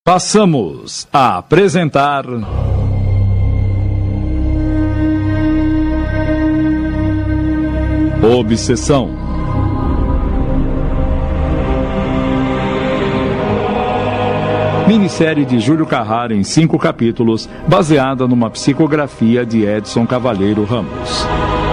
Passamos a apresentar Obsessão. Minissérie de Júlio Carrara em 5 capítulos, baseada numa psicografia de Edson Cavalheiro Ramos.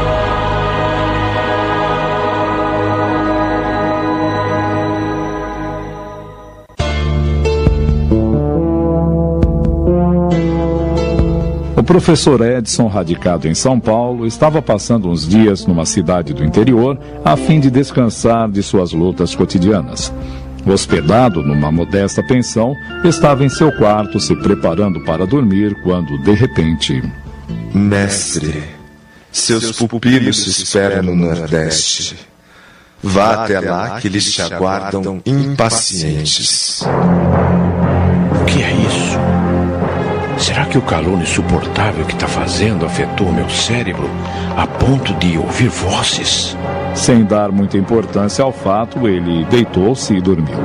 O professor Edson, radicado em São Paulo, estava passando uns dias numa cidade do interior a fim de descansar de suas lutas cotidianas. Hospedado numa modesta pensão, estava em seu quarto se preparando para dormir quando, de repente... Mestre, seus pupilos se esperam no Nordeste. Vá até lá que eles te aguardam impacientes. O que é isso? Será que o calor insuportável que está fazendo afetou meu cérebro a ponto de ouvir vozes? Sem dar muita importância ao fato, ele deitou-se e dormiu.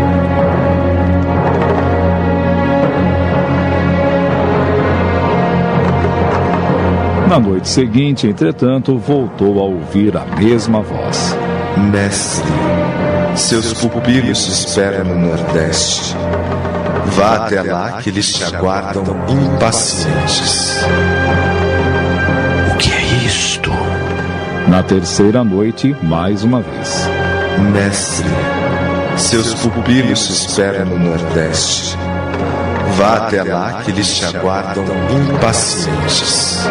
Na noite seguinte, entretanto, voltou a ouvir a mesma voz. Mestre, seus pupilos se esperam no Nordeste. Vá até lá que eles te aguardam impacientes. O que é isto? Na terceira noite, mais uma vez. Mestre, seus pupilos se esperam no Nordeste. Vá até lá que eles te aguardam impacientes.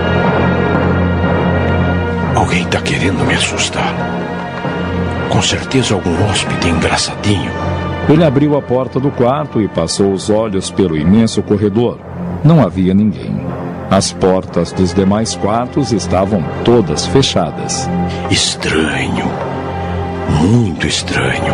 Alguém está querendo me assustar. Com certeza algum hóspede engraçadinho. Ele abriu a porta do quarto e passou os olhos pelo imenso corredor. Não havia ninguém. As portas dos demais quartos estavam todas fechadas. Estranho. Muito estranho.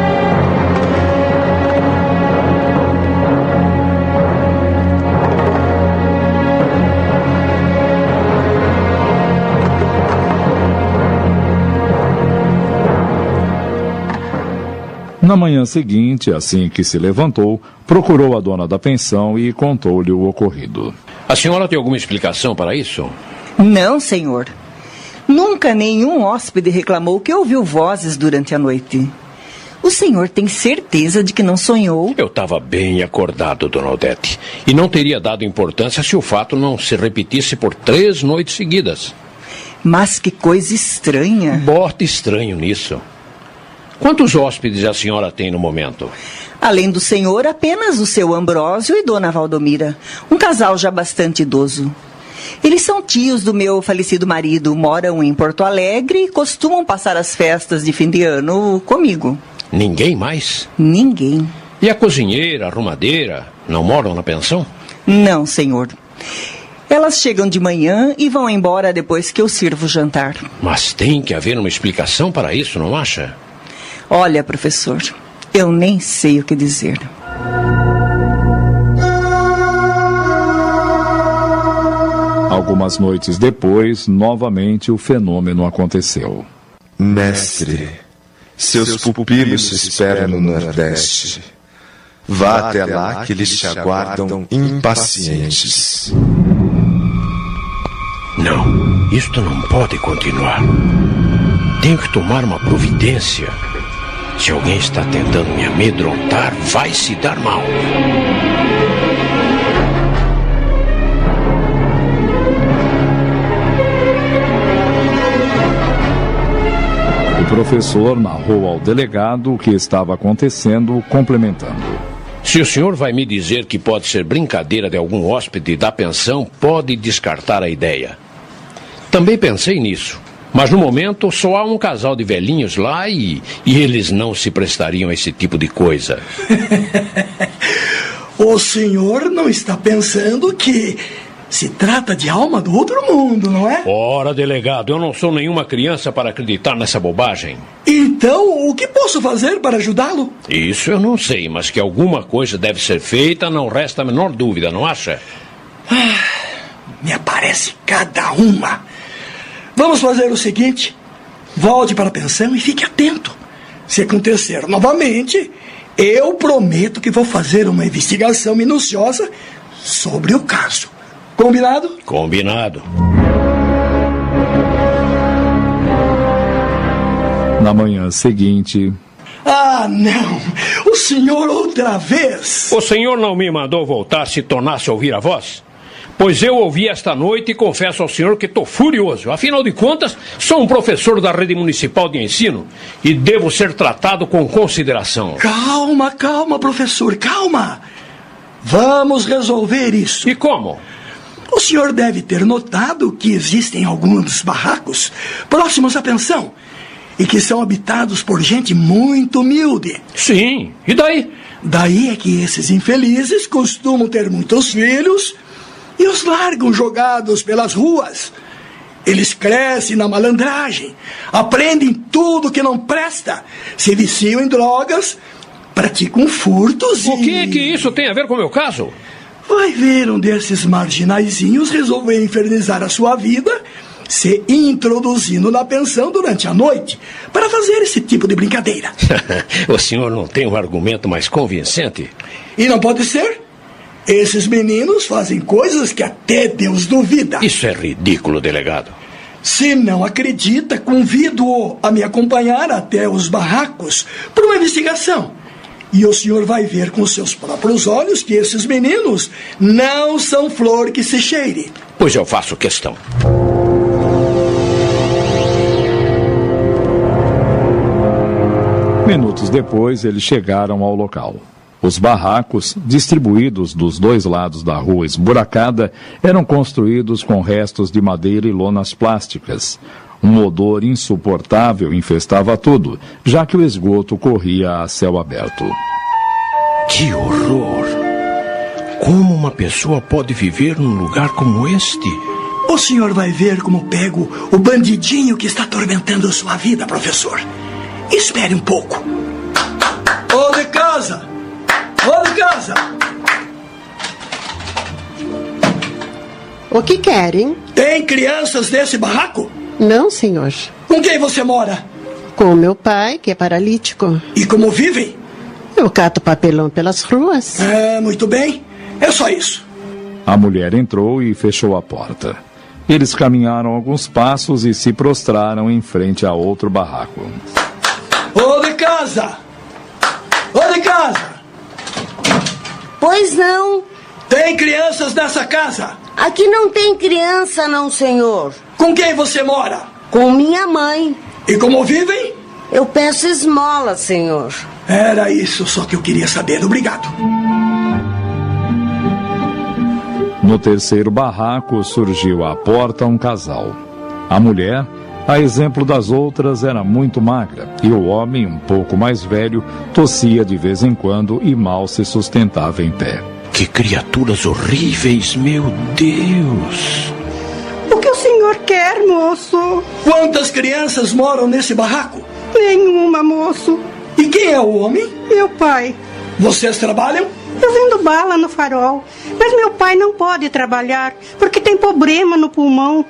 Na manhã seguinte, assim que se levantou, procurou a dona da pensão e contou-lhe o ocorrido. A senhora tem alguma explicação para isso? Não, senhor. Nunca nenhum hóspede reclamou que ouviu vozes durante a noite. O senhor tem certeza de que não sonhou? Eu estava bem acordado, dona Odete, e não teria dado importância se o fato não se repetisse por 3 noites seguidas. Mas que coisa estranha. Bota estranho nisso. Quantos hóspedes a senhora tem no momento? Além do senhor, apenas o seu Ambrósio e dona Valdomira. Um casal já bastante idoso. Eles são tios do meu falecido marido, moram em Porto Alegre e costumam passar as festas de fim de ano comigo. Ninguém mais? Ninguém. E a cozinheira, a arrumadeira, não moram na pensão? Não, senhor. Elas chegam de manhã e vão embora depois que eu sirvo o jantar. Mas tem que haver uma explicação para isso, não acha? Olha, professor, eu nem sei o que dizer. Algumas noites depois, novamente o fenômeno aconteceu. Mestre, seus pupilos se esperam no Nordeste. Vá até lá que eles te aguardam impacientes. Não, isto não pode continuar. Tenho que tomar uma providência. Se alguém está tentando me amedrontar, vai se dar mal. O professor narrou ao delegado o que estava acontecendo, complementando. Se o senhor vai me dizer que pode ser brincadeira de algum hóspede da pensão, pode descartar a ideia. Também pensei nisso. Mas no momento só há um casal de velhinhos lá e eles não se prestariam a esse tipo de coisa. O senhor não está pensando que se trata de alma do outro mundo, não é? Ora, delegado, eu não sou nenhuma criança para acreditar nessa bobagem. Então, o que posso fazer para ajudá-lo? Isso eu não sei, mas que alguma coisa deve ser feita, não resta a menor dúvida, não acha? Me aparece cada uma. Vamos fazer o seguinte: volte para a pensão e fique atento. Se acontecer novamente, Eu prometo que vou fazer uma investigação minuciosa sobre o caso. Combinado? Combinado. Na manhã seguinte... Ah, não! O senhor outra vez! O senhor não me mandou voltar se tornasse a ouvir a voz? Pois eu ouvi esta noite e confesso ao senhor que estou furioso. Afinal de contas, sou um professor da rede municipal de ensino e devo ser tratado com consideração. Calma, calma, professor, calma! Vamos resolver isso. E como? O senhor deve ter notado que existem alguns barracos próximos à pensão e que são habitados por gente muito humilde. Sim, e daí? Daí é que esses infelizes costumam ter muitos filhos e os largam jogados pelas ruas. Eles crescem na malandragem, aprendem tudo que não presta, se viciam em drogas, praticam furtos O que é que isso tem a ver com o meu caso? Vai ver um desses marginaizinhos resolver infernizar a sua vida, se introduzindo na pensão durante a noite para fazer esse tipo de brincadeira. O senhor não tem um argumento mais convincente? E não pode ser? Esses meninos fazem coisas que até Deus duvida. Isso é ridículo, delegado. Se não acredita, convido-o a me acompanhar até os barracos para uma investigação. E o senhor vai ver com seus próprios olhos que esses meninos não são flor que se cheire. Pois eu faço questão. Minutos depois, eles chegaram ao local. Os barracos, distribuídos dos dois lados da rua esburacada, eram construídos com restos de madeira e lonas plásticas. Um odor insuportável infestava tudo, já que o esgoto corria a céu aberto. Que horror! Como uma pessoa pode viver num lugar como este? O senhor vai ver como pego o bandidinho que está atormentando sua vida, professor. Espere um pouco. Ô de casa! Ô de casa! O que querem? Tem crianças nesse barraco? Não, senhor. Com quem você mora? Com meu pai, que é paralítico. E como vivem? Eu cato papelão pelas ruas. Muito bem. É só isso. A mulher entrou e fechou a porta. Eles caminharam alguns passos e se prostraram em frente a outro barraco. Ô de casa! Ô de casa! Pois não. Tem crianças nessa casa? Aqui não tem criança, não, senhor. Com quem você mora? Com minha mãe. E como vivem? Eu peço esmola, senhor. Era isso só que eu queria saber. Obrigado. No terceiro barraco surgiu à porta um casal. A mulher, a exemplo das outras, era muito magra e o homem, um pouco mais velho, tossia de vez em quando e mal se sustentava em pé. Que criaturas horríveis, meu Deus! O que o senhor quer, moço? Quantas crianças moram nesse barraco? Nenhuma, moço. E quem é o homem? Meu pai. Vocês trabalham? Eu vendo bala no farol. Mas meu pai não pode trabalhar porque tem problema no pulmão.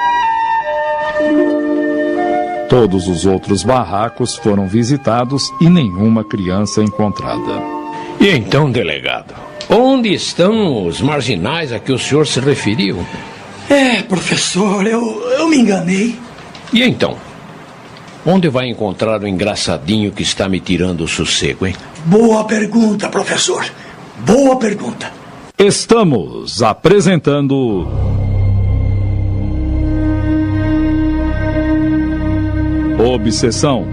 Todos os outros barracos foram visitados e nenhuma criança encontrada. E então, delegado, onde estão os marginais a que o senhor se referiu? Professor, eu me enganei. E então? Onde vai encontrar o engraçadinho que está me tirando o sossego, hein? Boa pergunta, professor. Boa pergunta. Estamos apresentando... Obsessão.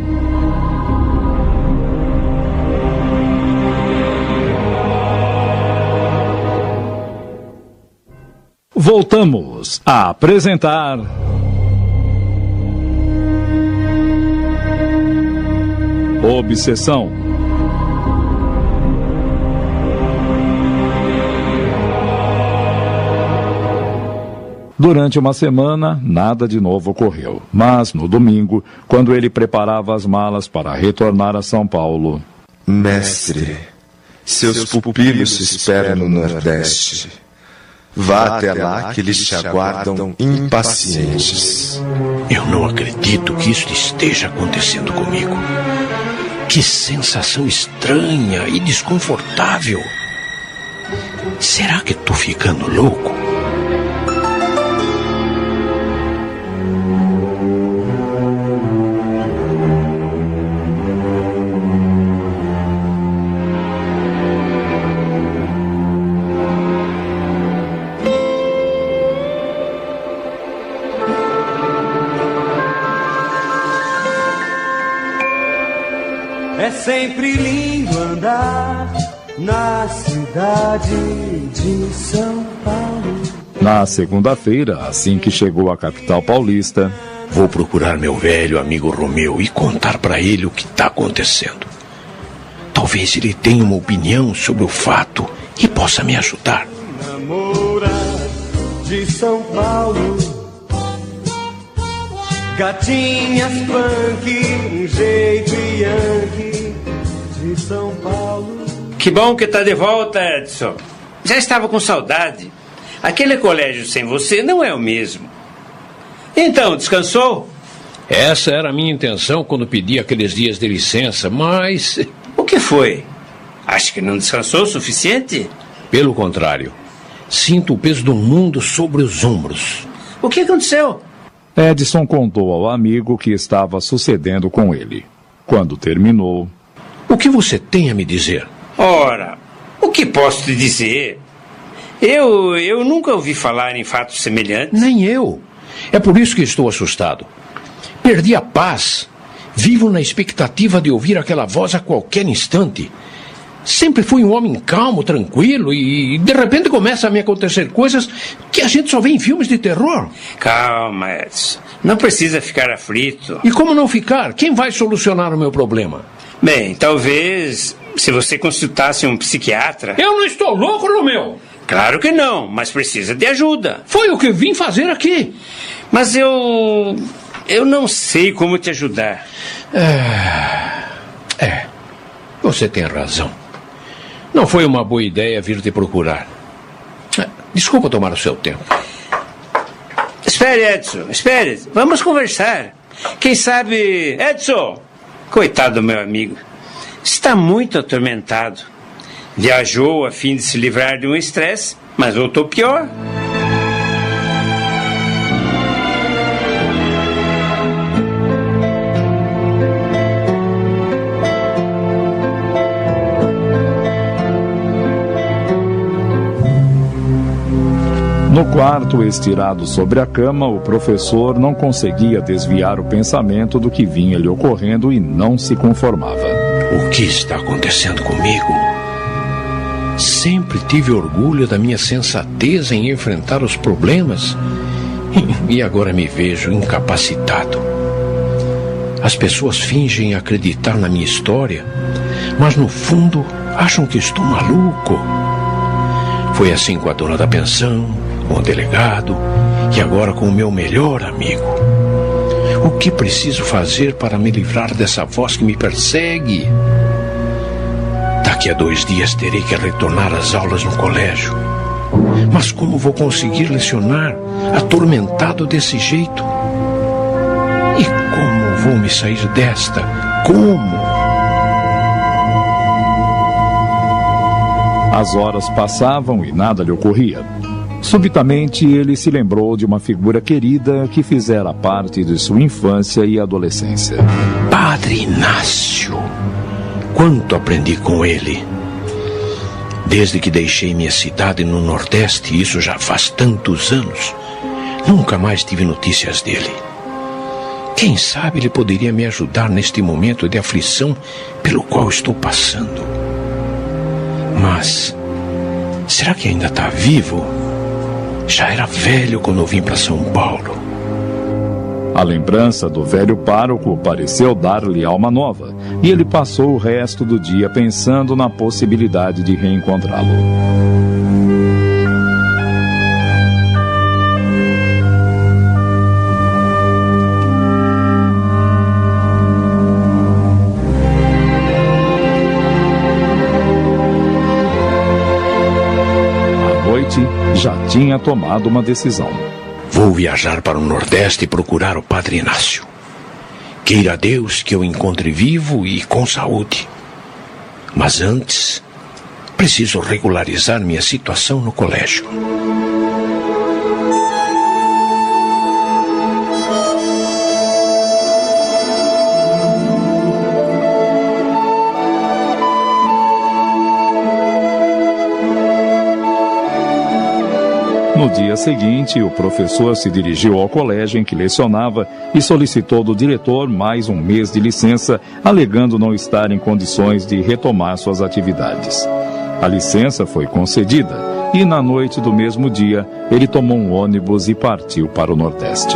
Voltamos a apresentar... Obsessão. Durante uma semana, nada de novo ocorreu. Mas, no domingo, quando ele preparava as malas para retornar a São Paulo... Mestre, seus pupilos esperam no Nordeste. Vá até lá que eles te aguardam impacientes. Eu não acredito que isso esteja acontecendo comigo. Que sensação estranha e desconfortável. Será que estou ficando louco? É sempre lindo andar na cidade de São Paulo. Na segunda-feira, assim que chegou à capital paulista, vou procurar meu velho amigo Romeu e contar para ele o que está acontecendo. Talvez ele tenha uma opinião sobre o fato e possa me ajudar. Namorar de São Paulo, gatinhas punk, um jeito yankee de São Paulo. Que bom que tá de volta, Edson. Já estava com saudade. Aquele colégio sem você não é o mesmo. Então, descansou? Essa era a minha intenção quando pedi aqueles dias de licença, mas... O que foi? Acho que não descansou o suficiente? Pelo contrário. Sinto o peso do mundo sobre os ombros. O que aconteceu? Edson contou ao amigo o que estava sucedendo com ele. Quando terminou... O que você tem a me dizer? Ora, o que posso te dizer? Eu nunca ouvi falar em fatos semelhantes. Nem eu. É por isso que estou assustado. Perdi a paz. Vivo na expectativa de ouvir aquela voz a qualquer instante. Sempre fui um homem calmo, tranquilo e de repente começam a me acontecer coisas que a gente só vê em filmes de terror. Calma, Edson. Não precisa ficar aflito. E como não ficar? Quem vai solucionar o meu problema? Bem, talvez se você consultasse um psiquiatra... Eu não estou louco, Romeu! Claro que não, mas precisa de ajuda. Foi o que vim fazer aqui. Mas eu não sei como te ajudar. Você tem razão. Não foi uma boa ideia vir te procurar. Desculpa tomar o seu tempo. Espere, Edson, espere. Vamos conversar. Quem sabe... Edson! Coitado do meu amigo. Está muito atormentado. Viajou a fim de se livrar de um estresse, mas voltou pior. No quarto, estirado sobre a cama, o professor não conseguia desviar o pensamento do que vinha lhe ocorrendo e não se conformava. O que está acontecendo comigo? Sempre tive orgulho da minha sensatez em enfrentar os problemas e agora me vejo incapacitado. As pessoas fingem acreditar na minha história, mas no fundo acham que estou maluco. Foi assim com a dona da pensão, com o delegado e agora com o meu melhor amigo. O que preciso fazer para me livrar dessa voz que me persegue? Daqui a 2 dias terei que retornar às aulas no colégio. Mas como vou conseguir lecionar atormentado desse jeito? E como vou me sair desta? Como? As horas passavam e nada lhe ocorria. Subitamente, ele se lembrou de uma figura querida que fizera parte de sua infância e adolescência. Padre Inácio. Quanto aprendi com ele. Desde que deixei minha cidade no Nordeste, isso já faz tantos anos, nunca mais tive notícias dele. Quem sabe ele poderia me ajudar neste momento de aflição pelo qual estou passando. Mas, será que ainda está vivo? Já era velho quando eu vim para São Paulo. A lembrança do velho pároco pareceu dar-lhe alma nova, e ele passou o resto do dia pensando na possibilidade de reencontrá-lo. À noite, já tinha tomado uma decisão. Vou viajar para o Nordeste e procurar o Padre Inácio. Queira Deus que eu encontre vivo e com saúde. Mas antes, preciso regularizar minha situação no colégio. No dia seguinte, o professor se dirigiu ao colégio em que lecionava e solicitou do diretor mais um mês de licença, alegando não estar em condições de retomar suas atividades. A licença foi concedida e, na noite do mesmo dia, ele tomou um ônibus e partiu para o Nordeste.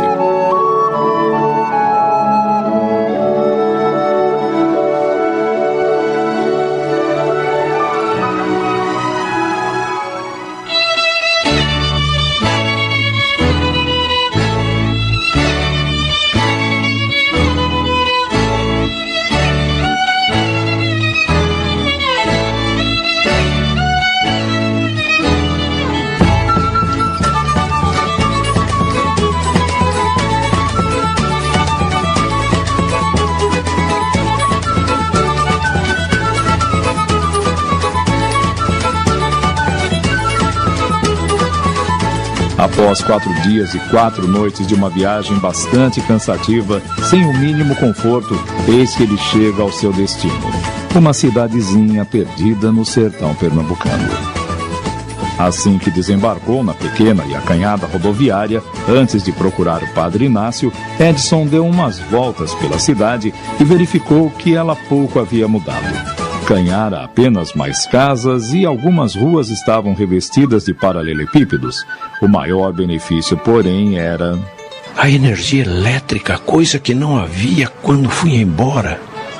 Após 4 dias e 4 noites de uma viagem bastante cansativa, sem o mínimo conforto, eis que ele chega ao seu destino, uma cidadezinha perdida no sertão pernambucano. Assim que desembarcou na pequena e acanhada rodoviária, antes de procurar o padre Inácio, Edson deu umas voltas pela cidade e verificou que ela pouco havia mudado. Canhara apenas mais casas e algumas ruas estavam revestidas de paralelepípedos. O maior benefício, porém, era a energia elétrica, coisa que não havia quando fui embora.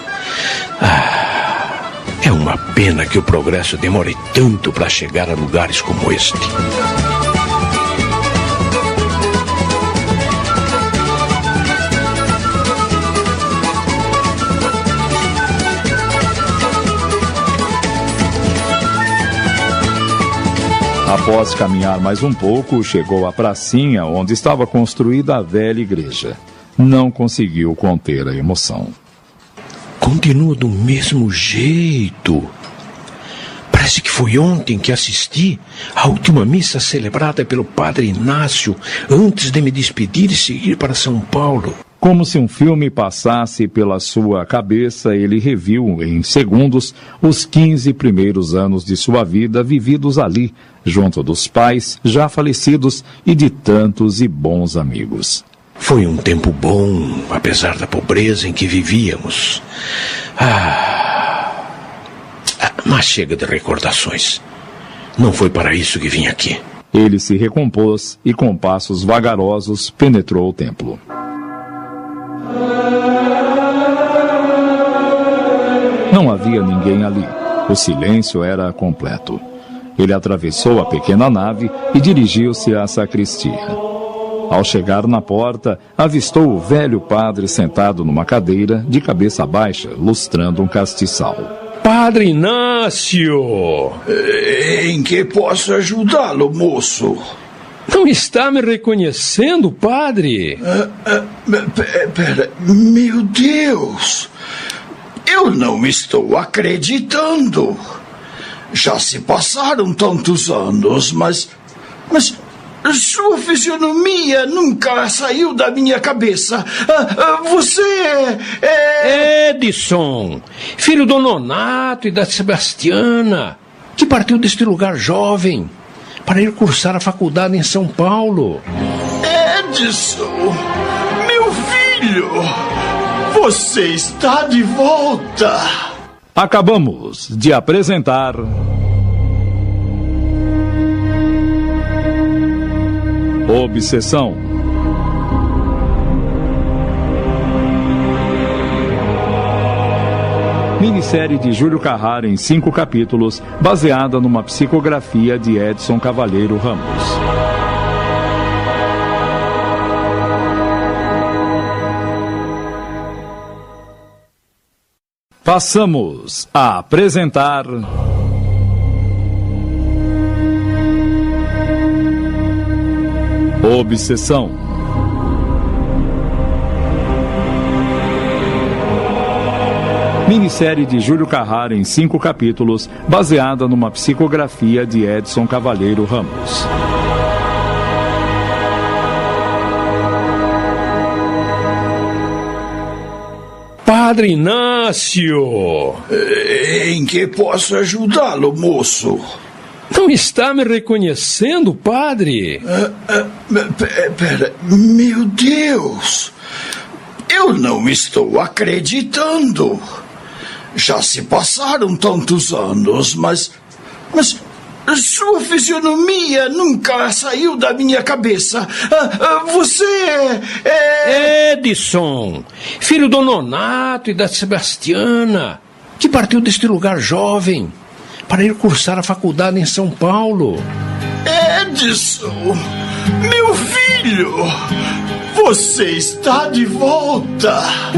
É uma pena que o progresso demore tanto para chegar a lugares como este. Após caminhar mais um pouco, chegou à pracinha onde estava construída a velha igreja. Não conseguiu conter a emoção. Continua do mesmo jeito. Parece que foi ontem que assisti à última missa celebrada pelo padre Inácio antes de me despedir e seguir para São Paulo. Como se um filme passasse pela sua cabeça, ele reviu em segundos os 15 primeiros anos de sua vida vividos ali, junto dos pais já falecidos e de tantos e bons amigos. Foi um tempo bom, apesar da pobreza em que vivíamos. Mas chega de recordações. Não foi para isso que vim aqui. Ele se recompôs e, com passos vagarosos, penetrou o templo. Não havia ninguém ali. O silêncio era completo. Ele atravessou a pequena nave e dirigiu-se à sacristia. Ao chegar na porta, avistou o velho padre sentado numa cadeira, de cabeça baixa, lustrando um castiçal. Padre Inácio! Em que posso ajudá-lo, moço? Não está me reconhecendo, padre? Pera, meu Deus! Eu não estou acreditando. Já se passaram tantos anos, mas sua fisionomia nunca saiu da minha cabeça. Você é... Edson, filho do Nonato e da Sebastiana, que partiu deste lugar jovem para ir cursar a faculdade em São Paulo. Edson, meu filho, você está de volta. Acabamos de apresentar... Obsessão. Minissérie de Júlio Carrara em 5 capítulos, baseada numa psicografia de Edson Cavalheiro Ramos. Passamos a apresentar... Obsessão. minissérie de Júlio Carrara em 5 capítulos, baseada numa psicografia de Edson Cavalheiro Ramos. Padre Inácio! Em que posso ajudá-lo, moço? Não está me reconhecendo, padre? Pera, meu Deus! Eu não estou acreditando. Já se passaram tantos anos, mas sua fisionomia nunca saiu da minha cabeça. Você é... Edson, filho do Nonato e da Sebastiana, que partiu deste lugar jovem para ir cursar a faculdade em São Paulo. Edson, meu filho, você está de volta.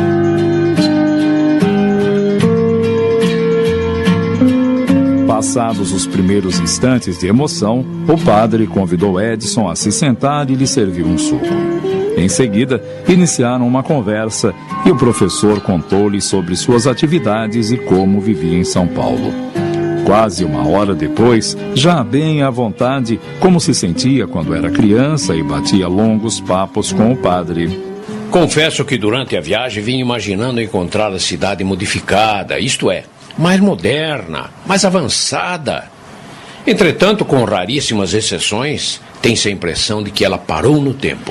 Passados os primeiros instantes de emoção, o padre convidou Edson a se sentar e lhe servir um suco. Em seguida, iniciaram uma conversa e o professor contou-lhe sobre suas atividades e como vivia em São Paulo. Quase uma hora depois, já bem à vontade, como se sentia quando era criança e batia longos papos com o padre. Confesso que durante a viagem vim imaginando encontrar a cidade modificada, isto é, mais moderna, mais avançada. Entretanto, com raríssimas exceções, tem-se a impressão de que ela parou no tempo.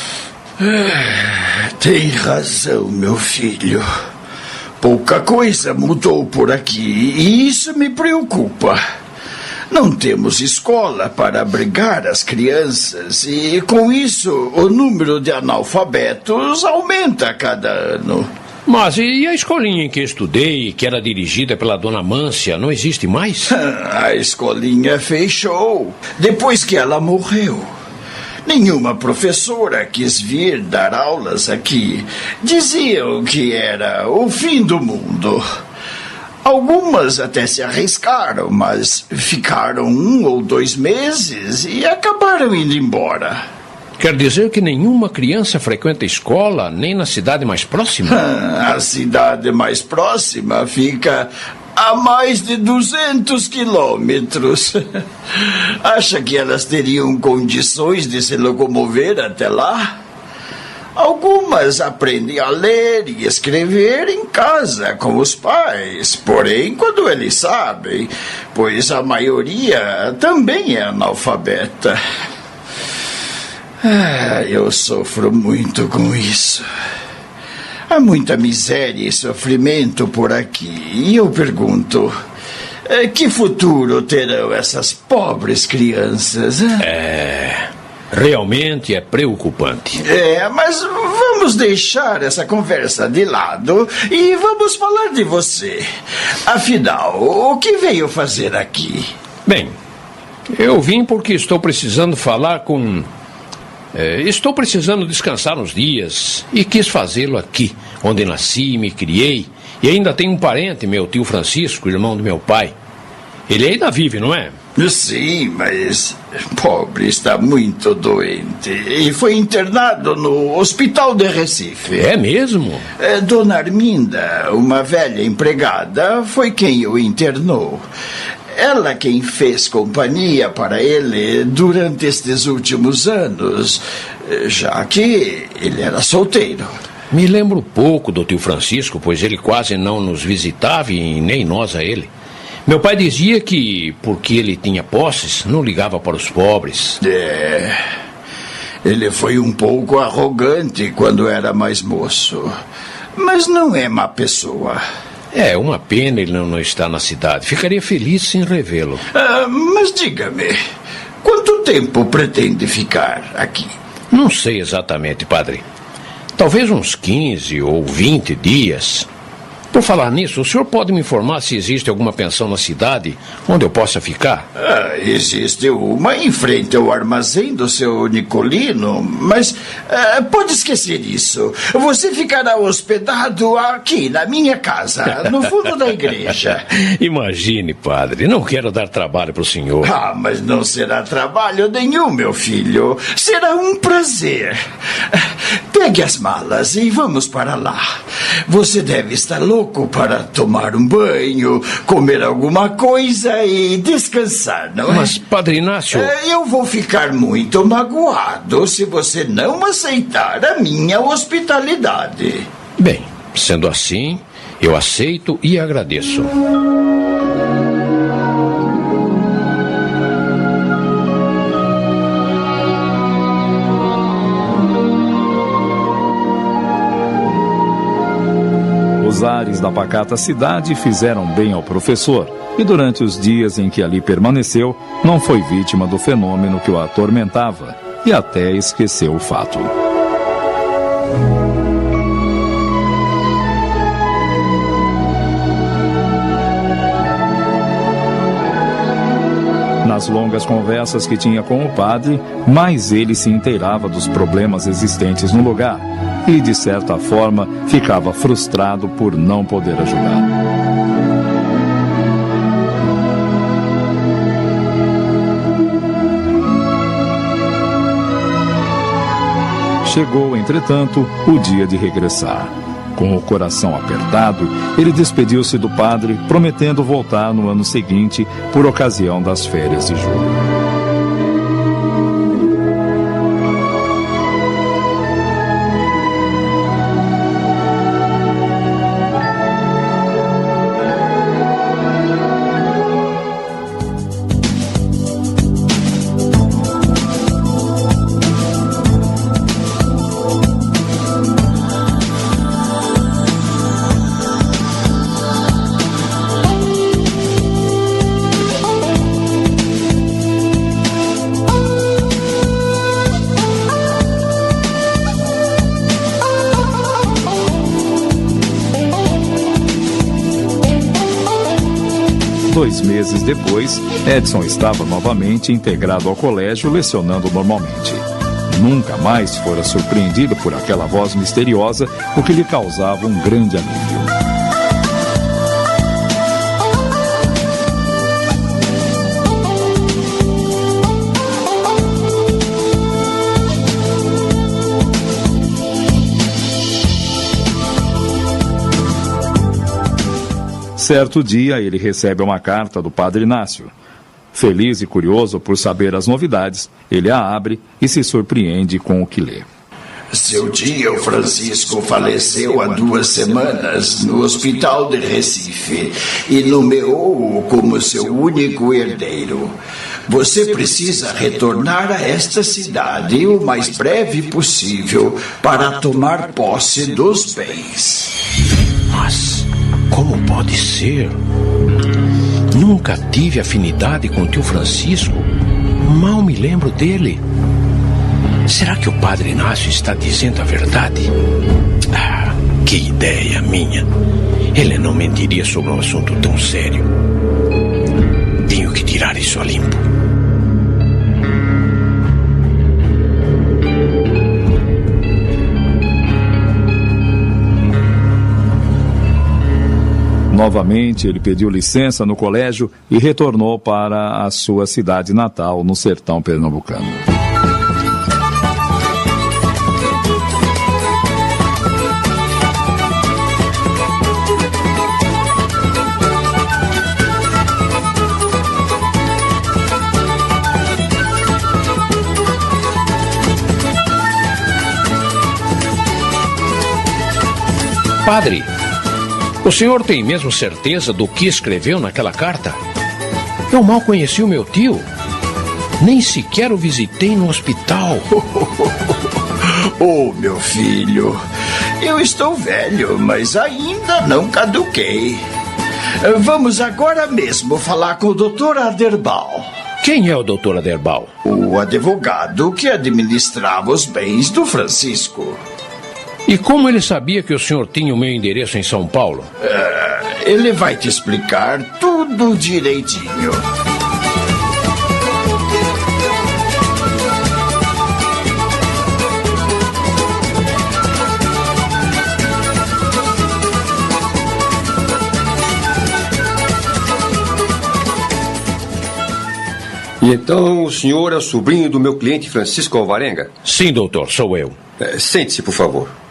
Tem razão, meu filho. Pouca coisa mudou por aqui e isso me preocupa. Não temos escola para abrigar as crianças e, com isso, o número de analfabetos aumenta a cada ano. Mas e a escolinha em que estudei, que era dirigida pela dona Mância, não existe mais? A escolinha fechou depois que ela morreu. Nenhuma professora quis vir dar aulas aqui. Diziam que era o fim do mundo. Algumas até se arriscaram, mas ficaram 1 ou 2 meses e acabaram indo embora. Quer dizer que nenhuma criança frequenta a escola, nem na cidade mais próxima? A cidade mais próxima fica a mais de 200 quilômetros. Acha que elas teriam condições de se locomover até lá? Algumas aprendem a ler e escrever em casa com os pais, porém quando eles sabem, pois a maioria também é analfabeta. Eu sofro muito com isso. Há muita miséria e sofrimento por aqui. E eu pergunto, que futuro terão essas pobres crianças? Realmente é preocupante. Mas vamos deixar essa conversa de lado e vamos falar de você. Afinal, o que veio fazer aqui? Bem, eu vim porque estou precisando falar com... estou precisando descansar uns dias e quis fazê-lo aqui, onde nasci e me criei. E ainda tenho um parente, meu tio Francisco, irmão do meu pai. Ele ainda vive, não é? Sim, mas pobre, está muito doente e foi internado no hospital de Recife. É mesmo? Dona Arminda, uma velha empregada, foi quem o internou. Ela quem fez companhia para ele durante estes últimos anos, já que ele era solteiro. Me lembro pouco do tio Francisco, pois ele quase não nos visitava e nem nós a ele. Meu pai dizia que, porque ele tinha posses, não ligava para os pobres. Ele foi um pouco arrogante quando era mais moço, mas não é má pessoa. É uma pena ele não estar na cidade. Ficaria feliz em revê-lo. Mas diga-me, quanto tempo pretende ficar aqui? Não sei exatamente, padre. Talvez uns 15 ou 20 dias. Por falar nisso, o senhor pode me informar se existe alguma pensão na cidade onde eu possa ficar? Existe uma em frente ao armazém do seu Nicolino, mas pode esquecer isso. Você ficará hospedado aqui, na minha casa, no fundo da igreja. Imagine, padre, não quero dar trabalho para o senhor. Mas não será trabalho nenhum, meu filho. Será um prazer. Pegue as malas e vamos para lá. Você deve estar louco pouco para tomar um banho, comer alguma coisa e descansar, não é? Mas, Padre Inácio... Eu vou ficar muito magoado se você não aceitar a minha hospitalidade. Bem, sendo assim, eu aceito e agradeço. Os ares da pacata cidade fizeram bem ao professor, e durante os dias em que ali permaneceu, não foi vítima do fenômeno que o atormentava, e até esqueceu o fato. Nas longas conversas que tinha com o padre, mais ele se inteirava dos problemas existentes no lugar e, de certa forma, ficava frustrado por não poder ajudar. Chegou, entretanto, o dia de regressar. Com o coração apertado, ele despediu-se do padre, prometendo voltar no ano seguinte, por ocasião das férias de julho. Meses depois, Edson estava novamente integrado ao colégio, lecionando normalmente. Nunca mais fora surpreendido por aquela voz misteriosa, o que lhe causava um grande alívio. Certo dia, ele recebe uma carta do Padre Inácio. Feliz e curioso por saber as novidades, ele a abre e se surpreende com o que lê. Seu tio Francisco faleceu há 2 semanas no hospital de Recife e nomeou-o como seu único herdeiro. Você precisa retornar a esta cidade o mais breve possível para tomar posse dos bens. Mas... como pode ser? Nunca tive afinidade com o tio Francisco. Mal me lembro dele. Será que o Padre Inácio está dizendo a verdade? Ah, que ideia minha. Ele não mentiria sobre um assunto tão sério. Tenho que tirar isso a limpo. Novamente, ele pediu licença no colégio e retornou para a sua cidade natal, no sertão pernambucano. Padre, o senhor tem mesmo certeza do que escreveu naquela carta? Eu mal conheci o meu tio. Nem sequer o visitei no hospital. Oh, meu filho, eu estou velho, mas ainda não caduquei. Vamos agora mesmo falar com o Dr. Aderbal. Quem é o Dr. Aderbal? O advogado que administrava os bens do Francisco. E como ele sabia que o senhor tinha o meu endereço em São Paulo? Ele vai te explicar tudo direitinho. E então o senhor é o sobrinho do meu cliente Francisco Alvarenga? Sim, doutor, sou eu. Sente-se, por favor.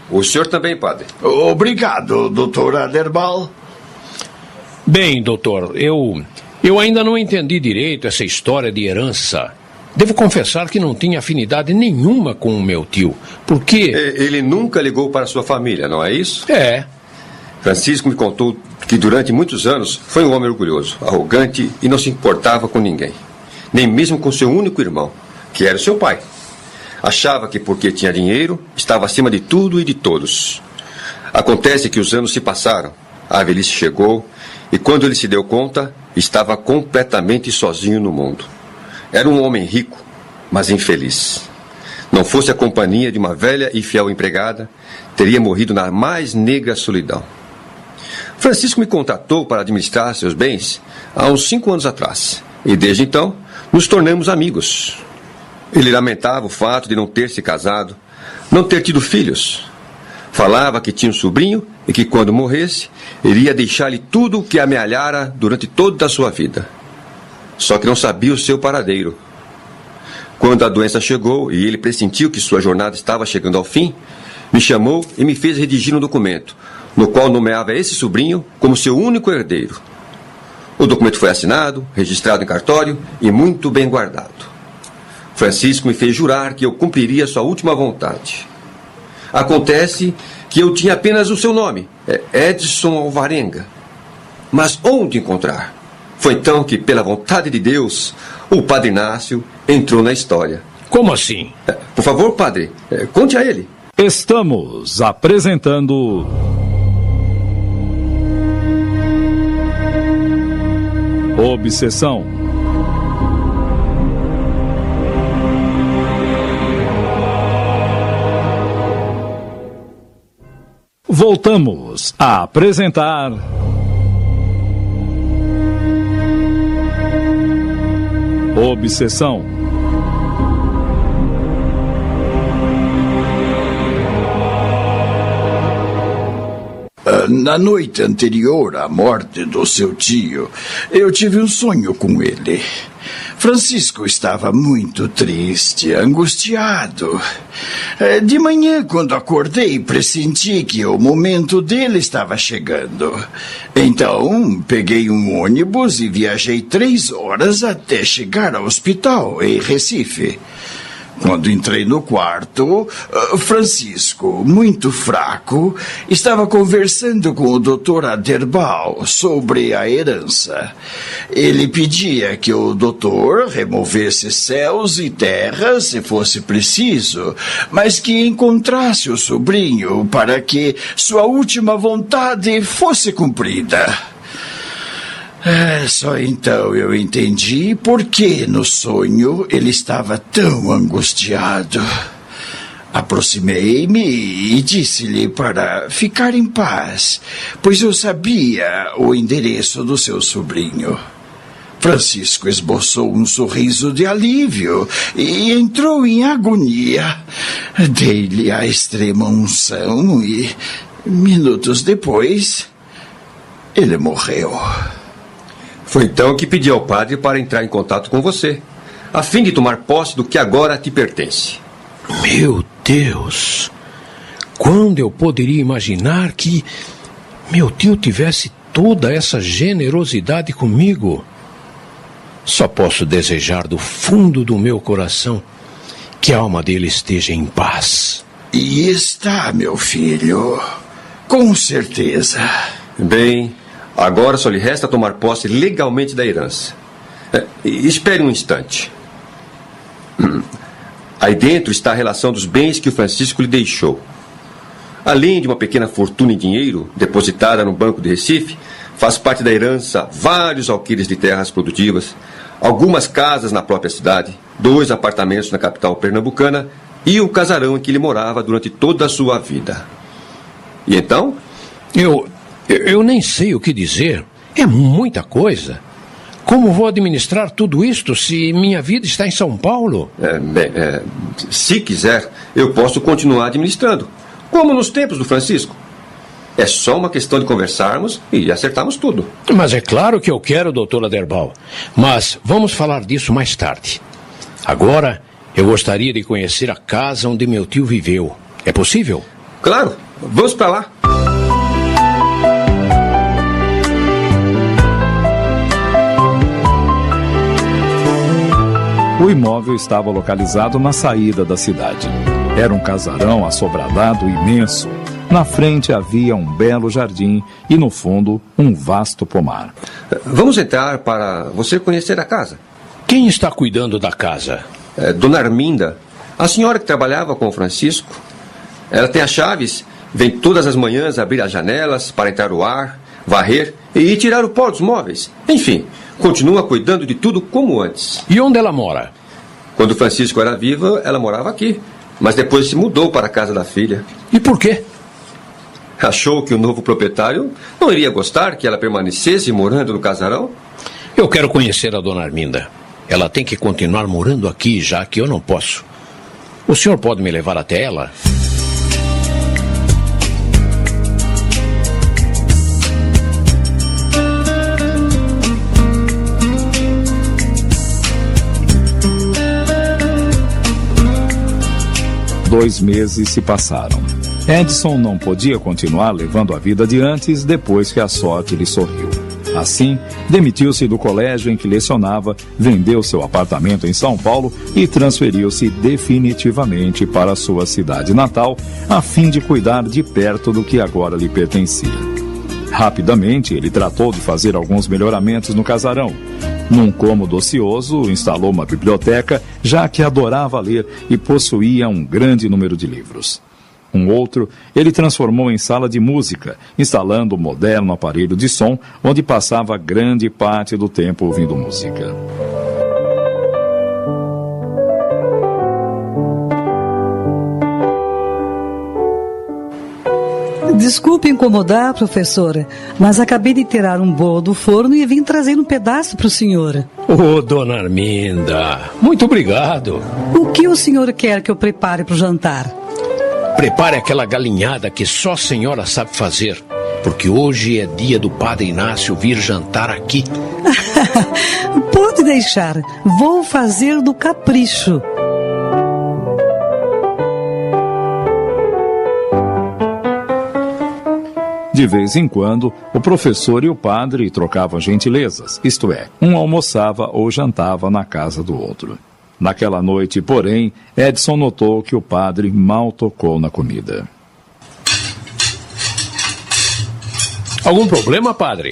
O senhor também, padre. Obrigado, doutor Aderbal. Bem, doutor, eu ainda não entendi direito essa história de herança. Devo confessar que não tinha afinidade nenhuma com o meu tio, porque... Ele nunca ligou para sua família, não é isso? É. Francisco me contou que durante muitos anos foi um homem orgulhoso, arrogante e não se importava com ninguém. Nem mesmo com seu único irmão, que era o seu pai. Achava que porque tinha dinheiro, estava acima de tudo e de todos. Acontece que os anos se passaram, a velhice chegou, e quando ele se deu conta, estava completamente sozinho no mundo. Era um homem rico, mas infeliz. Não fosse a companhia de uma velha e fiel empregada, teria morrido na mais negra solidão. Francisco me contratou para administrar seus bens há uns 5 anos atrás, e desde então nos tornamos amigos. Ele lamentava o fato de não ter se casado, não ter tido filhos. Falava que tinha um sobrinho e que quando morresse, iria deixar-lhe tudo o que amealhara durante toda a sua vida. Só que não sabia o seu paradeiro. Quando a doença chegou e ele pressentiu que sua jornada estava chegando ao fim, me chamou e me fez redigir um documento, no qual nomeava esse sobrinho como seu único herdeiro. O documento foi assinado, registrado em cartório e muito bem guardado. Francisco me fez jurar que eu cumpriria sua última vontade. Acontece que eu tinha apenas o seu nome, Edson Alvarenga. Mas onde encontrar? Foi então que, pela vontade de Deus, o padre Inácio entrou na história. Como assim? Por favor, padre, conte a ele. Estamos apresentando... Obsessão. Voltamos a apresentar... Obsessão. Na noite anterior à morte do seu tio, eu tive um sonho com ele. Francisco estava muito triste, angustiado. De manhã, quando acordei, pressenti que o momento dele estava chegando. Então, peguei um ônibus e viajei 3 horas até chegar ao hospital, em Recife. Quando entrei no quarto, Francisco, muito fraco, estava conversando com o Dr. Aderbal sobre a herança. Ele pedia que o doutor removesse céus e terras se fosse preciso, mas que encontrasse o sobrinho para que sua última vontade fosse cumprida. Só então eu entendi por que no sonho ele estava tão angustiado. Aproximei-me e disse-lhe para ficar em paz, pois eu sabia o endereço do seu sobrinho. Francisco esboçou um sorriso de alívio e entrou em agonia. Dei-lhe a extrema unção e, minutos depois, ele morreu. Foi então que pedi ao padre para entrar em contato com você, a fim de tomar posse do que agora te pertence. Meu Deus! Quando eu poderia imaginar que meu tio tivesse toda essa generosidade comigo? Só posso desejar do fundo do meu coração que a alma dele esteja em paz. E está, meu filho, com certeza. Bem... Agora só lhe resta tomar posse legalmente da herança. Espere um instante. Aí dentro está a relação dos bens que o Francisco lhe deixou. Além de uma pequena fortuna em dinheiro, depositada no Banco de Recife, faz parte da herança vários alqueires de terras produtivas, algumas casas na própria cidade, 2 apartamentos na capital pernambucana e o casarão em que ele morava durante toda a sua vida. E então? Eu nem sei o que dizer. É muita coisa. Como vou administrar tudo isto se minha vida está em São Paulo? Se quiser, eu posso continuar administrando, como nos tempos do Francisco. É só uma questão de conversarmos e acertarmos tudo. Mas é claro que eu quero, doutor Aderbal. Mas vamos falar disso mais tarde. Agora, eu gostaria de conhecer a casa onde meu tio viveu. É possível? Claro, vamos para lá. O imóvel estava localizado na saída da cidade. Era um casarão assobradado imenso. Na frente havia um belo jardim e, no fundo, um vasto pomar. Vamos entrar para você conhecer a casa. Quem está cuidando da casa? Dona Arminda, a senhora que trabalhava com o Francisco. Ela tem as chaves, vem todas as manhãs abrir as janelas para entrar o ar, varrer e tirar o pó dos móveis. Enfim, continua cuidando de tudo como antes. E onde ela mora? Quando o Francisco era vivo, ela morava aqui. Mas depois se mudou para a casa da filha. E por quê? Achou que o novo proprietário não iria gostar que ela permanecesse morando no casarão? Eu quero conhecer a dona Arminda. Ela tem que continuar morando aqui, já que eu não posso. O senhor pode me levar até ela? Dois meses se passaram. Edson não podia continuar levando a vida de antes depois que a sorte lhe sorriu. Assim, demitiu-se do colégio em que lecionava, vendeu seu apartamento em São Paulo e transferiu-se definitivamente para sua cidade natal, a fim de cuidar de perto do que agora lhe pertencia. Rapidamente, ele tratou de fazer alguns melhoramentos no casarão. Num cômodo ocioso, instalou uma biblioteca, já que adorava ler e possuía um grande número de livros. Um outro, ele transformou em sala de música, instalando um moderno aparelho de som, onde passava grande parte do tempo ouvindo música. Desculpe incomodar, professora, mas acabei de tirar um bolo do forno e vim trazer um pedaço para o senhor. Ô, dona Arminda, muito obrigado. O que o senhor quer que eu prepare para o jantar? Prepare aquela galinhada que só a senhora sabe fazer, porque hoje é dia do Padre Inácio vir jantar aqui. Pode deixar, vou fazer do capricho. De vez em quando, o professor e o padre trocavam gentilezas, isto é, um almoçava ou jantava na casa do outro. Naquela noite, porém, Edson notou que o padre mal tocou na comida. Algum problema, padre?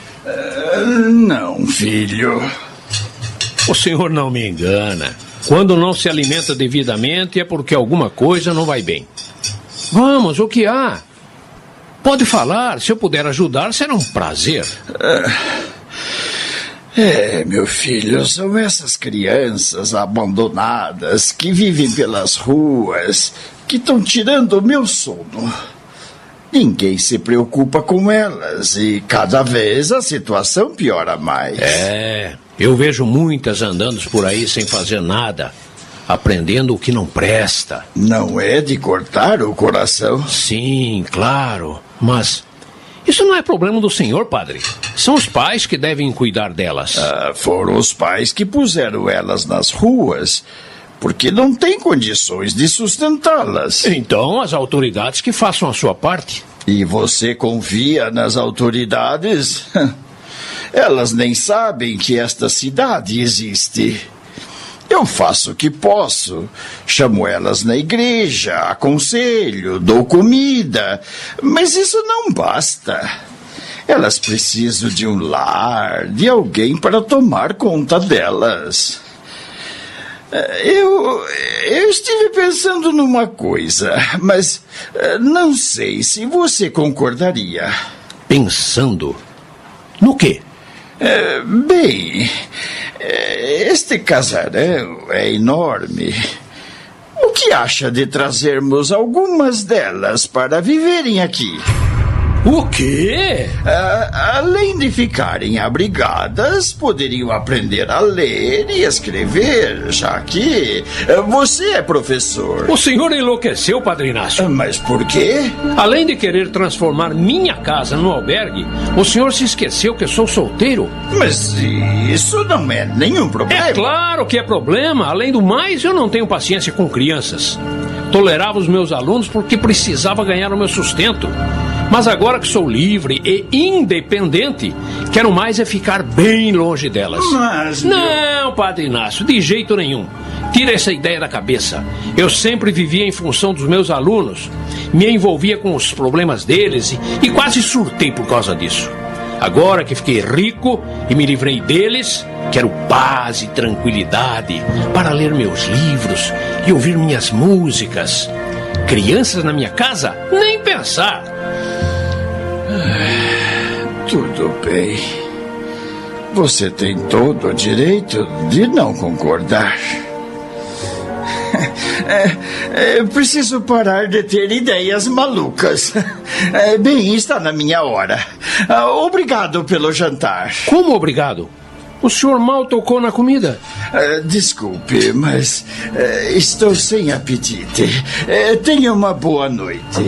Não, filho. O senhor não me engana. Quando não se alimenta devidamente é porque alguma coisa não vai bem. Vamos, o que há? Pode falar, se eu puder ajudar, será um prazer. Meu filho, são essas crianças abandonadas que vivem pelas ruas que estão tirando o meu sono. Ninguém se preocupa com elas e cada vez a situação piora mais. Eu vejo muitas andando por aí sem fazer nada, aprendendo o que não presta. Não é de cortar o coração? Sim, claro, mas isso não é problema do senhor, padre. São os pais que devem cuidar delas. Foram os pais que puseram elas nas ruas, porque não têm condições de sustentá-las. Então, as autoridades que façam a sua parte. E você confia nas autoridades? Elas nem sabem que esta cidade existe. Eu faço o que posso. Chamo elas na igreja, aconselho, dou comida. Mas isso não basta. Elas precisam de um lar, de alguém para tomar conta delas. Eu estive pensando numa coisa, mas não sei se você concordaria. Pensando? No quê? Bem, este casarão é enorme. O que acha de trazermos algumas delas para viverem aqui? O quê? Além de ficarem abrigadas, poderiam aprender a ler e escrever, já que você é professor. O senhor enlouqueceu, Padre Inácio. Mas por quê? Além de querer transformar minha casa num albergue, o senhor se esqueceu que eu sou solteiro? Mas isso não é nenhum problema. É claro que é problema. Além do mais, eu não tenho paciência com crianças. Tolerava os meus alunos porque precisava ganhar o meu sustento. Mas agora que sou livre e independente, quero mais é ficar bem longe delas. Mas... Não, Padre Inácio, de jeito nenhum. Tira essa ideia da cabeça. Eu sempre vivia em função dos meus alunos, me envolvia com os problemas deles e quase surtei por causa disso. Agora que fiquei rico e me livrei deles, quero paz e tranquilidade para ler meus livros e ouvir minhas músicas. Crianças na minha casa? Nem pensar. Tudo bem. Você tem todo o direito de não concordar. Preciso parar de ter ideias malucas. Bem, está na minha hora. Obrigado pelo jantar. Como obrigado? O senhor mal tocou na comida. Desculpe, mas estou sem apetite. Tenha uma boa noite.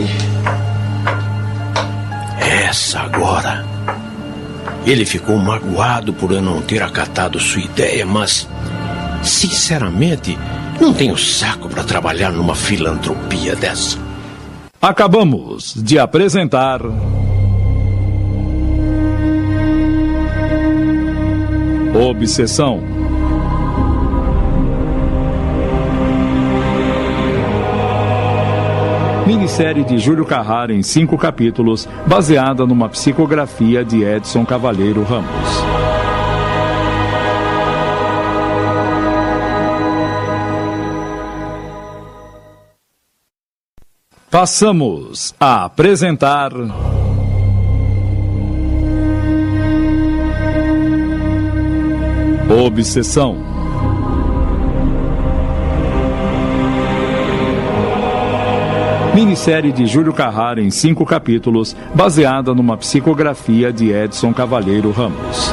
Essa agora. Ele ficou magoado por eu não ter acatado sua ideia, mas, sinceramente, não tenho saco para trabalhar numa filantropia dessa. Acabamos de apresentar Obsessão. Minissérie de Júlio Carrara em 5 capítulos, baseada numa psicografia de Edson Cavalheiro Ramos. Passamos a apresentar Obsessão. Minissérie de Júlio Carrara em 5 capítulos, baseada numa psicografia de Edson Cavalheiro Ramos.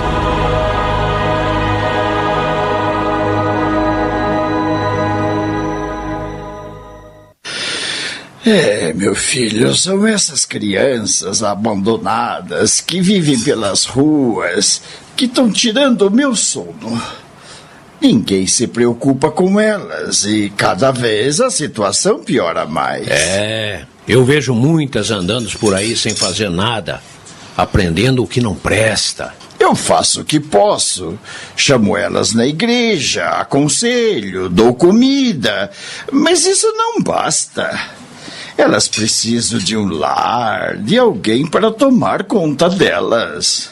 Meu filho, são essas crianças abandonadas que vivem pelas ruas que estão tirando o meu sono. Ninguém se preocupa com elas e cada vez a situação piora mais. Eu vejo muitas andando por aí sem fazer nada, aprendendo o que não presta. Eu faço o que posso. Chamo elas na igreja, aconselho, dou comida, mas isso não basta. Elas precisam de um lar, de alguém para tomar conta delas.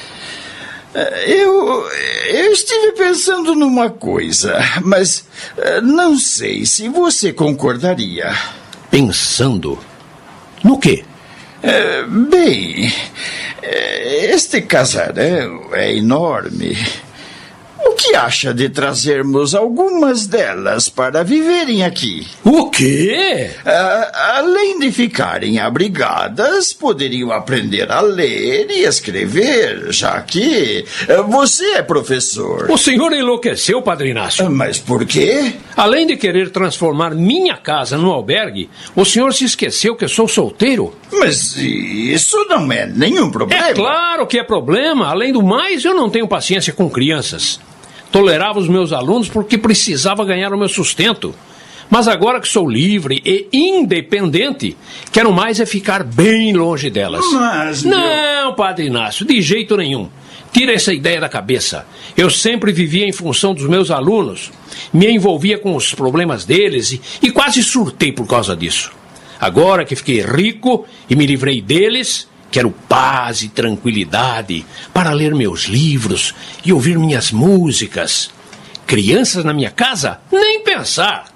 Eu estive pensando numa coisa, mas não sei se você concordaria. Pensando? No quê? Bem, este casarão é enorme. O que acha de trazermos algumas delas para viverem aqui? O quê? Além de ficarem abrigadas, poderiam aprender a ler e escrever, já que você é professor. O senhor enlouqueceu, Padre Inácio. Mas por quê? Além de querer transformar minha casa num albergue, o senhor se esqueceu que eu sou solteiro? Mas isso não é nenhum problema. É claro que é problema. Além do mais, eu não tenho paciência com crianças. Tolerava os meus alunos porque precisava ganhar o meu sustento. Mas agora que sou livre e independente, quero mais é ficar bem longe delas. Mas... Não, Padre Inácio, de jeito nenhum. Tira essa ideia da cabeça. Eu sempre vivia em função dos meus alunos, me envolvia com os problemas deles e quase surtei por causa disso. Agora que fiquei rico e me livrei deles, quero paz e tranquilidade para ler meus livros e ouvir minhas músicas. Crianças na minha casa? Nem pensar.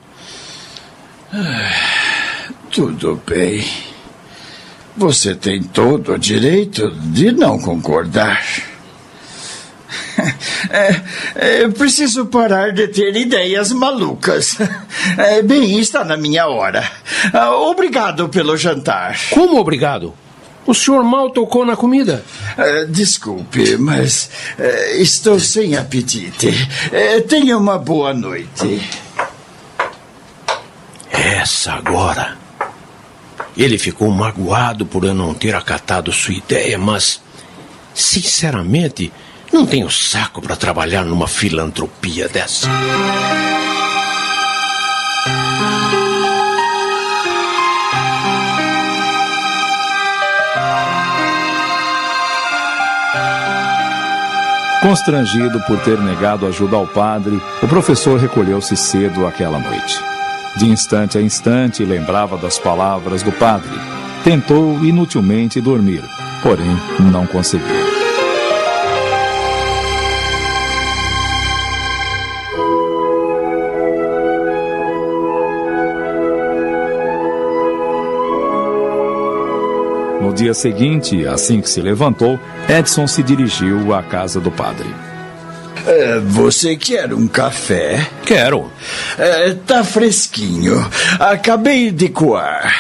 Tudo bem. Você tem todo o direito de não concordar. Preciso parar de ter ideias malucas. Bem, está na minha hora. Obrigado pelo jantar. Como obrigado? O senhor mal tocou na comida. Desculpe, mas estou sem apetite. Tenha uma boa noite. Essa agora. Ele ficou magoado por eu não ter acatado sua ideia, mas, sinceramente, não tenho saco para trabalhar numa filantropia dessa. Constrangido por ter negado ajuda ao padre, o professor recolheu-se cedo aquela noite. De instante a instante lembrava das palavras do padre. Tentou inutilmente dormir, porém não conseguiu. No dia seguinte, assim que se levantou, Edson se dirigiu à casa do padre. Você quer um café? Quero. Tá fresquinho. Acabei de coar.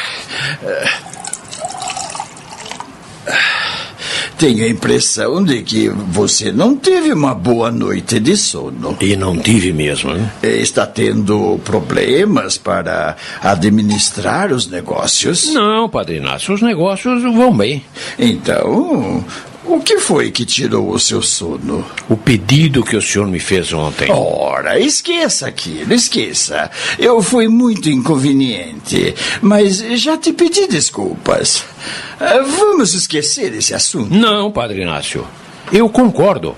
Tenho a impressão de que você não teve uma boa noite de sono. E não tive mesmo, hein? Está tendo problemas para administrar os negócios? Não, Padre Inácio, os negócios vão bem. Então, o que foi que tirou o seu sono? O pedido que o senhor me fez ontem. Ora, esqueça aquilo, esqueça. Eu fui muito inconveniente, mas já te pedi desculpas. Vamos esquecer esse assunto? Não, Padre Inácio. Eu concordo.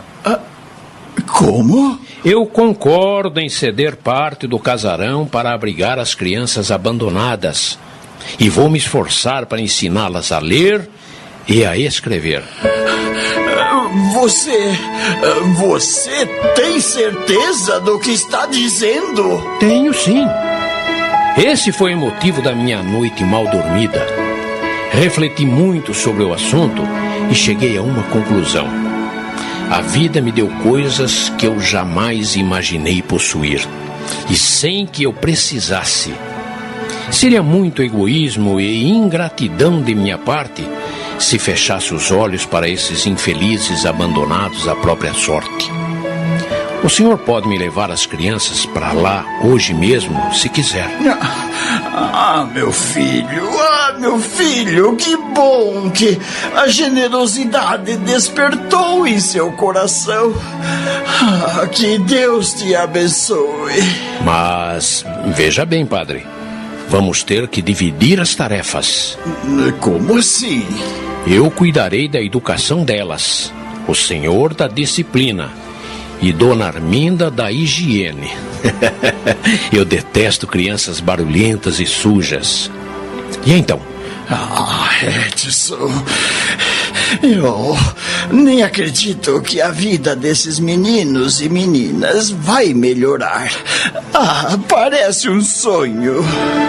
Como? Eu concordo em ceder parte do casarão para abrigar as crianças abandonadas. E vou me esforçar para ensiná-las a ler e a escrever. Você tem certeza do que está dizendo? Tenho sim. Esse foi o motivo da minha noite mal dormida. Refleti muito sobre o assunto e cheguei a uma conclusão. A vida me deu coisas que eu jamais imaginei possuir, e sem que eu precisasse. Seria muito egoísmo e ingratidão de minha parte se fechasse os olhos para esses infelizes abandonados à própria sorte. O senhor pode me levar as crianças para lá hoje mesmo, se quiser. Meu filho, que bom que a generosidade despertou em seu coração. Que Deus te abençoe. Mas, veja bem, padre, vamos ter que dividir as tarefas. Como assim? Eu cuidarei da educação delas, o senhor da disciplina e Dona Arminda da higiene. Eu detesto crianças barulhentas e sujas. E então? Edson, eu nem acredito que a vida desses meninos e meninas vai melhorar. Parece um sonho.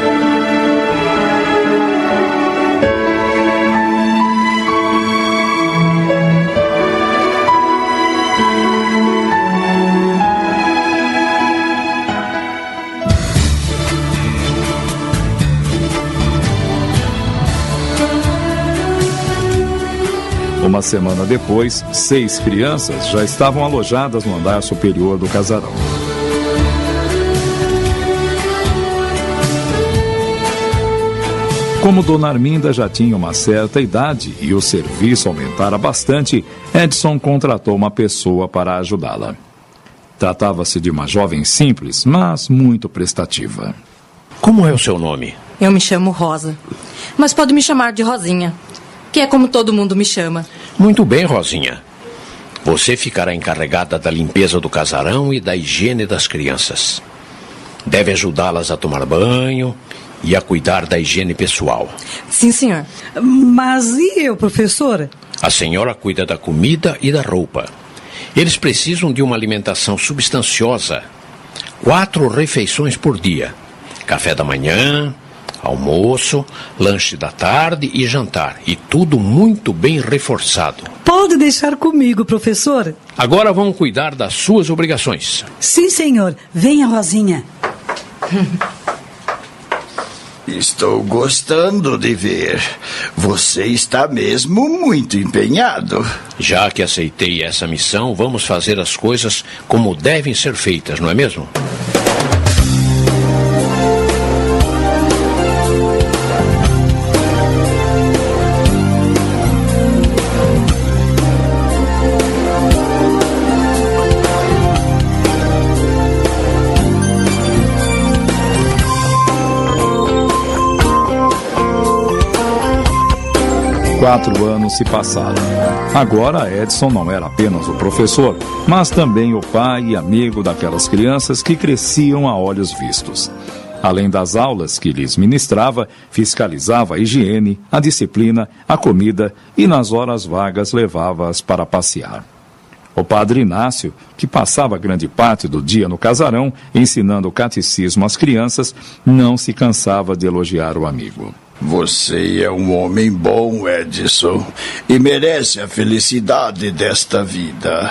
Uma semana depois, 6 crianças já estavam alojadas no andar superior do casarão. Como Dona Arminda já tinha uma certa idade e o serviço aumentara bastante, Edson contratou uma pessoa para ajudá-la. Tratava-se de uma jovem simples, mas muito prestativa. Como é o seu nome? Eu me chamo Rosa, mas pode me chamar de Rosinha, que é como todo mundo me chama. Muito bem, Rosinha. Você ficará encarregada da limpeza do casarão e da higiene das crianças. Deve ajudá-las a tomar banho e a cuidar da higiene pessoal. Sim, senhor. Mas e eu, professora? A senhora cuida da comida e da roupa. Eles precisam de uma alimentação substanciosa. 4 refeições por dia. Café da manhã, almoço, lanche da tarde e jantar. E tudo muito bem reforçado. Pode deixar comigo, professor. Agora vão cuidar das suas obrigações. Sim, senhor. Venha, Rosinha. Estou gostando de ver. Você está mesmo muito empenhado. Já que aceitei essa missão, vamos fazer as coisas como devem ser feitas, não é mesmo? 4 anos se passaram. Agora Edson não era apenas o professor, mas também o pai e amigo daquelas crianças que cresciam a olhos vistos. Além das aulas que lhes ministrava, fiscalizava a higiene, a disciplina, a comida e nas horas vagas levava-as para passear. O padre Inácio, que passava grande parte do dia no casarão, ensinando o catecismo às crianças, não se cansava de elogiar o amigo. Você é um homem bom, Edson, e merece a felicidade desta vida.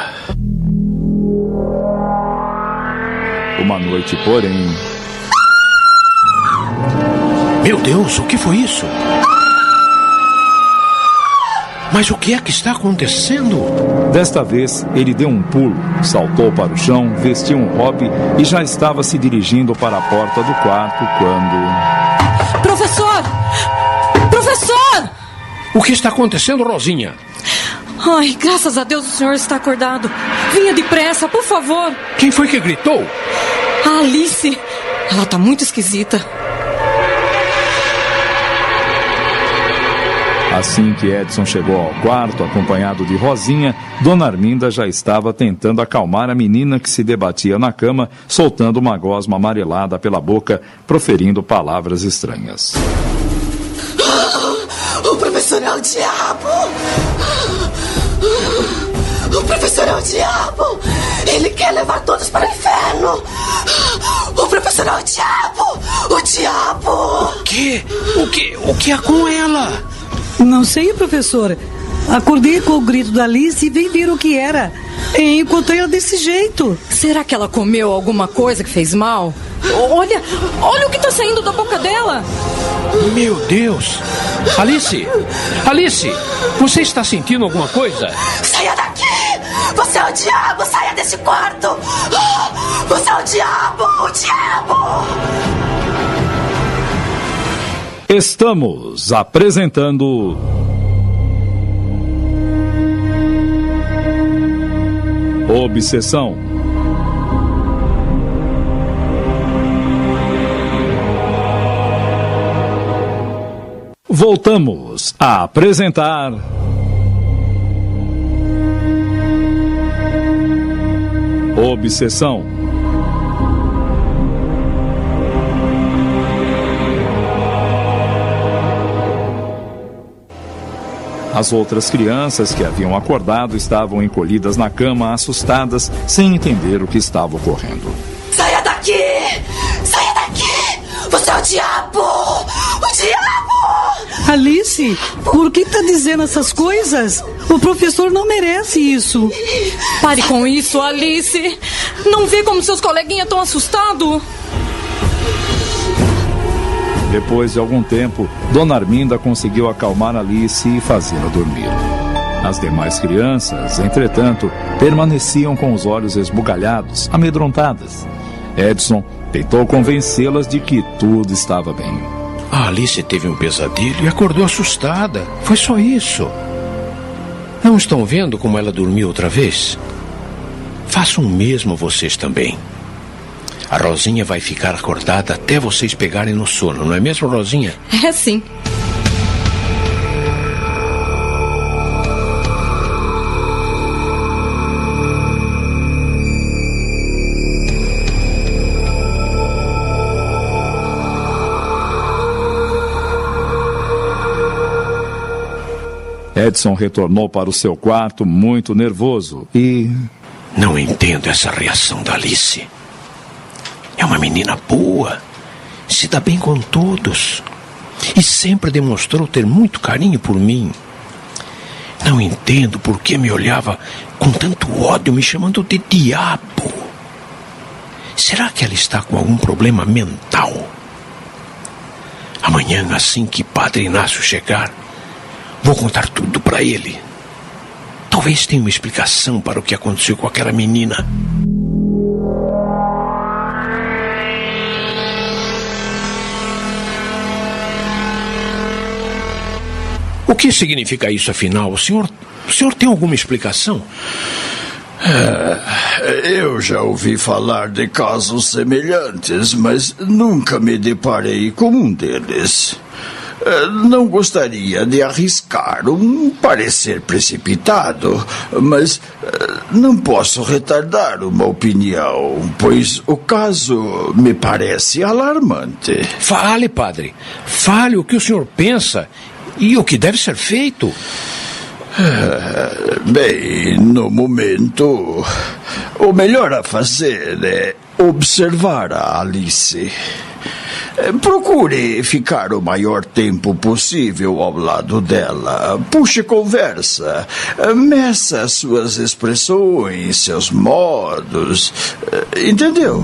Uma noite, porém... Meu Deus, o que foi isso? Mas o que é que está acontecendo? Desta vez, ele deu um pulo, saltou para o chão, vestiu um hobby e já estava se dirigindo para a porta do quarto quando... Professor! Professor! O que está acontecendo, Rosinha? Ai, graças a Deus o senhor está acordado. Vinha depressa, por favor. Quem foi que gritou? A Alice. Ela está muito esquisita. Assim que Edson chegou ao quarto, acompanhado de Rosinha, Dona Arminda já estava tentando acalmar a menina que se debatia na cama, soltando uma gosma amarelada pela boca, proferindo palavras estranhas. O professor é o diabo! O professor é o diabo! Ele quer levar todos para o inferno! O professor é o diabo! O diabo! O que é com ela? Não sei, professor. Acordei com o grito da Alice e vim ver o que era. E encontrei ela desse jeito. Será que ela comeu alguma coisa que fez mal? Olha o que está saindo da boca dela. Meu Deus! Alice! Alice! Você está sentindo alguma coisa? Saia daqui! Você é o diabo! Saia desse quarto! Você é o diabo! O diabo! Estamos apresentando... Obsessão. Voltamos a apresentar... Obsessão. As outras crianças que haviam acordado estavam encolhidas na cama, assustadas, sem entender o que estava ocorrendo. Saia daqui! Saia daqui! Você é o diabo! O diabo! Alice, por que está dizendo essas coisas? O professor não merece isso. Pare com isso, Alice. Não vê como seus coleguinhas estão assustados? Depois de algum tempo, Dona Arminda conseguiu acalmar Alice e fazê-la dormir. As demais crianças, entretanto, permaneciam com os olhos esbugalhados, amedrontadas. Edson tentou convencê-las de que tudo estava bem. A Alice teve um pesadelo e acordou assustada. Foi só isso. Não estão vendo como ela dormiu outra vez? Façam o mesmo vocês também. A Rosinha vai ficar acordada até vocês pegarem no sono, não é mesmo, Rosinha? É sim. Edson retornou para o seu quarto muito nervoso e... Não entendo essa reação da Alice. É uma menina boa, se dá bem com todos e sempre demonstrou ter muito carinho por mim. Não entendo por que me olhava com tanto ódio, me chamando de diabo. Será que ela está com algum problema mental? Amanhã, assim que Padre Inácio chegar, vou contar tudo para ele. Talvez tenha uma explicação para o que aconteceu com aquela menina. O que significa isso, afinal? O senhor tem alguma explicação? Eu já ouvi falar de casos semelhantes, mas nunca me deparei com um deles. Não gostaria de arriscar um parecer precipitado, mas não posso retardar uma opinião, pois o caso me parece alarmante. Fale, padre. Fale o que o senhor pensa e o que deve ser feito. Bem, no momento, o melhor a fazer é observar a Alice. Procure ficar o maior tempo possível ao lado dela. Puxe conversa. Meça suas expressões, seus modos. Entendeu?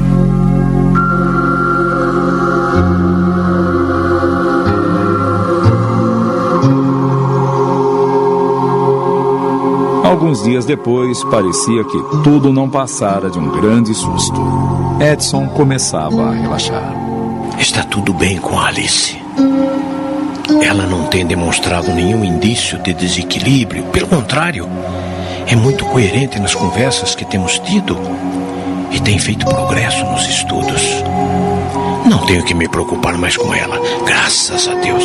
Alguns dias depois, parecia que tudo não passara de um grande susto. Edson começava a relaxar. Está tudo bem com a Alice. Ela não tem demonstrado nenhum indício de desequilíbrio. Pelo contrário, é muito coerente nas conversas que temos tido e tem feito progresso nos estudos. Não tenho que me preocupar mais com ela, graças a Deus.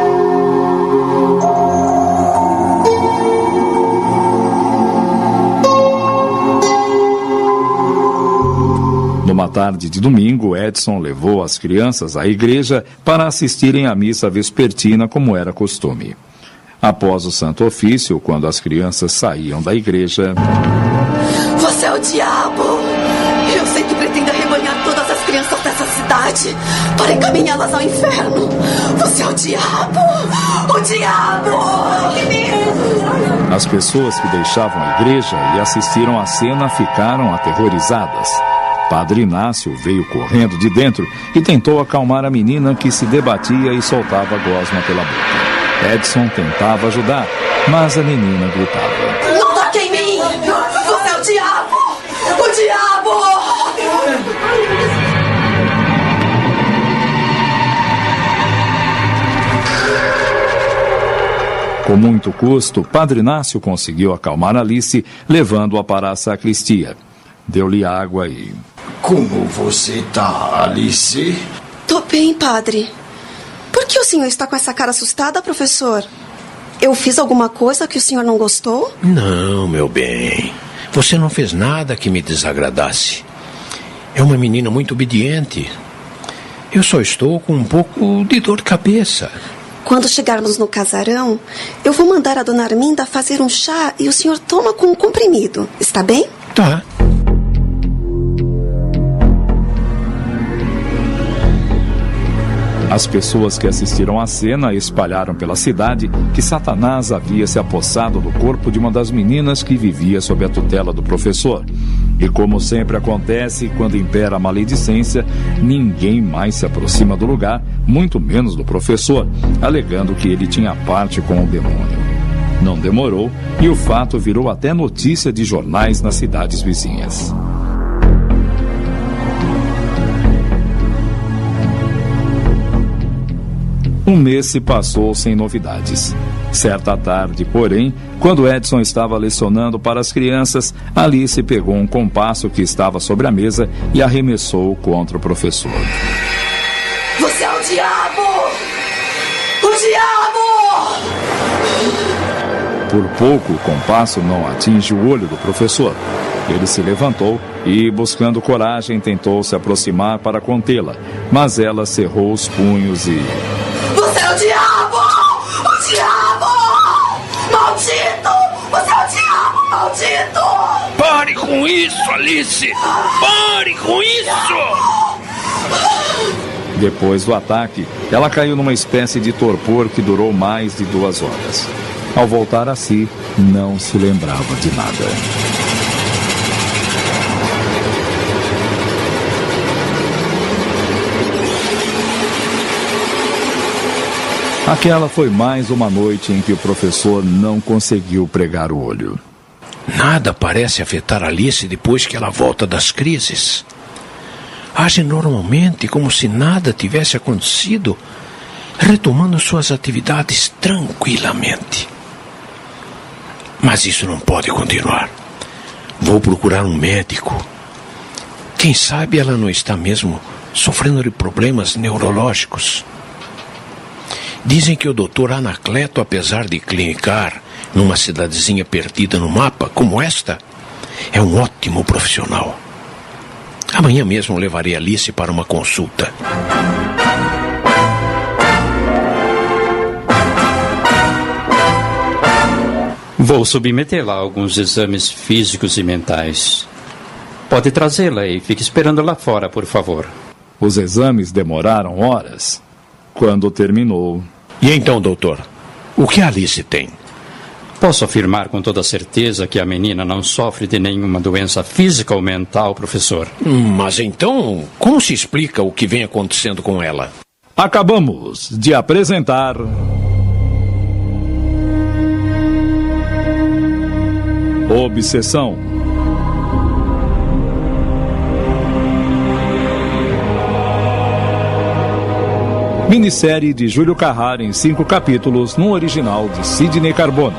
Numa tarde de domingo, Edson levou as crianças à igreja para assistirem à missa vespertina, como era costume. Após o Santo Ofício, quando as crianças saíam da igreja... Você é o diabo! Eu sei que pretende arrebanhar todas as crianças dessa cidade para encaminhá-las ao inferno. Você é o diabo! O diabo! As pessoas que deixavam a igreja e assistiram à cena ficaram aterrorizadas. Padre Inácio veio correndo de dentro e tentou acalmar a menina que se debatia e soltava gosma pela boca. Edson tentava ajudar, mas a menina gritava. Não toque em mim! Você é o diabo! O diabo! Com muito custo, Padre Inácio conseguiu acalmar Alice, levando-a para a sacristia. Deu-lhe água e... Como você tá, Alice? Tô bem, padre. Por que o senhor está com essa cara assustada, professor? Eu fiz alguma coisa que o senhor não gostou? Não, meu bem. Você não fez nada que me desagradasse. É uma menina muito obediente. Eu só estou com um pouco de dor de cabeça. Quando chegarmos no casarão, eu vou mandar a dona Arminda fazer um chá e o senhor toma com um comprimido. Está bem? Tá. As pessoas que assistiram à cena espalharam pela cidade que Satanás havia se apossado do corpo de uma das meninas que vivia sob a tutela do professor. E como sempre acontece quando impera a maledicência, ninguém mais se aproxima do lugar, muito menos do professor, alegando que ele tinha parte com o demônio. Não demorou e o fato virou até notícia de jornais nas cidades vizinhas. Um mês se passou sem novidades. Certa tarde, porém, quando Edson estava lecionando para as crianças, Alice pegou um compasso que estava sobre a mesa e arremessou contra o professor. Você é o diabo! O diabo! Por pouco, o compasso não atinge o olho do professor. Ele se levantou e, buscando coragem, tentou se aproximar para contê-la, mas ela cerrou os punhos e... Você é o diabo! O diabo! Maldito! Você é o diabo, maldito! Pare com isso, Alice! Pare com isso! Depois do ataque, ela caiu numa espécie de torpor que durou mais de 2 horas. Ao voltar a si, não se lembrava de nada. Aquela foi mais uma noite em que o professor não conseguiu pregar o olho. Nada parece afetar Alice depois que ela volta das crises. Age normalmente como se nada tivesse acontecido, retomando suas atividades tranquilamente. Mas isso não pode continuar. Vou procurar um médico. Quem sabe ela não está mesmo sofrendo de problemas neurológicos. Dizem que o doutor Anacleto, apesar de clinicar numa cidadezinha perdida no mapa como esta, é um ótimo profissional. Amanhã mesmo levarei Alice para uma consulta. Vou submetê-la a alguns exames físicos e mentais. Pode trazê-la e fique esperando lá fora, por favor. Os exames demoraram horas. Quando terminou... E então, doutor, o que a Alice tem? Posso afirmar com toda certeza que a menina não sofre de nenhuma doença física ou mental, professor. Mas então, como se explica o que vem acontecendo com ela? Acabamos de apresentar... Obsessão. Minissérie de Júlio Carrara em 5 capítulos, no original de Sidney Carbone.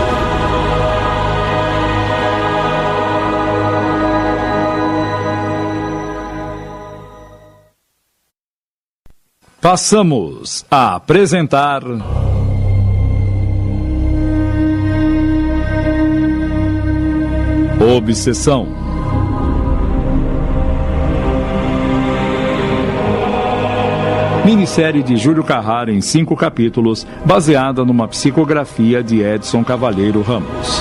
Passamos a apresentar... Obsessão. Minissérie de Júlio Carrara em 5 capítulos, baseada numa psicografia de Edson Cavalheiro Ramos.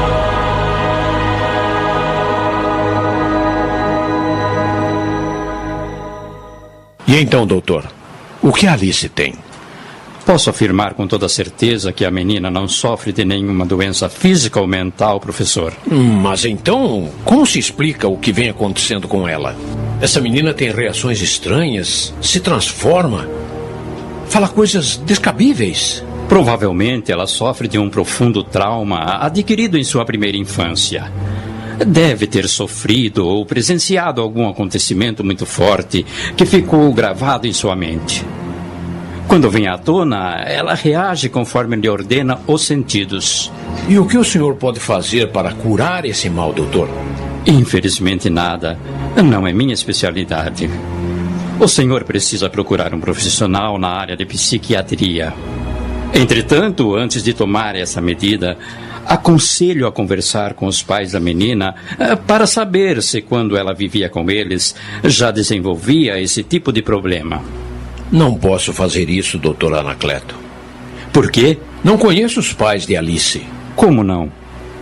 E então, doutor, o que a Alice tem? Posso afirmar com toda certeza que a menina não sofre de nenhuma doença física ou mental, professor. Mas então, como se explica o que vem acontecendo com ela? Essa menina tem reações estranhas, se transforma, fala coisas descabíveis. Provavelmente ela sofre de um profundo trauma adquirido em sua primeira infância. Deve ter sofrido ou presenciado algum acontecimento muito forte que ficou gravado em sua mente. Quando vem à tona, ela reage conforme lhe ordena os sentidos. E o que o senhor pode fazer para curar esse mal, doutor? Infelizmente nada. Não é minha especialidade. O senhor precisa procurar um profissional na área de psiquiatria. Entretanto, antes de tomar essa medida, aconselho a conversar com os pais da menina para saber se, quando ela vivia com eles, já desenvolvia esse tipo de problema. Não posso fazer isso, doutor Anacleto. Por quê? Não conheço os pais de Alice. Como não?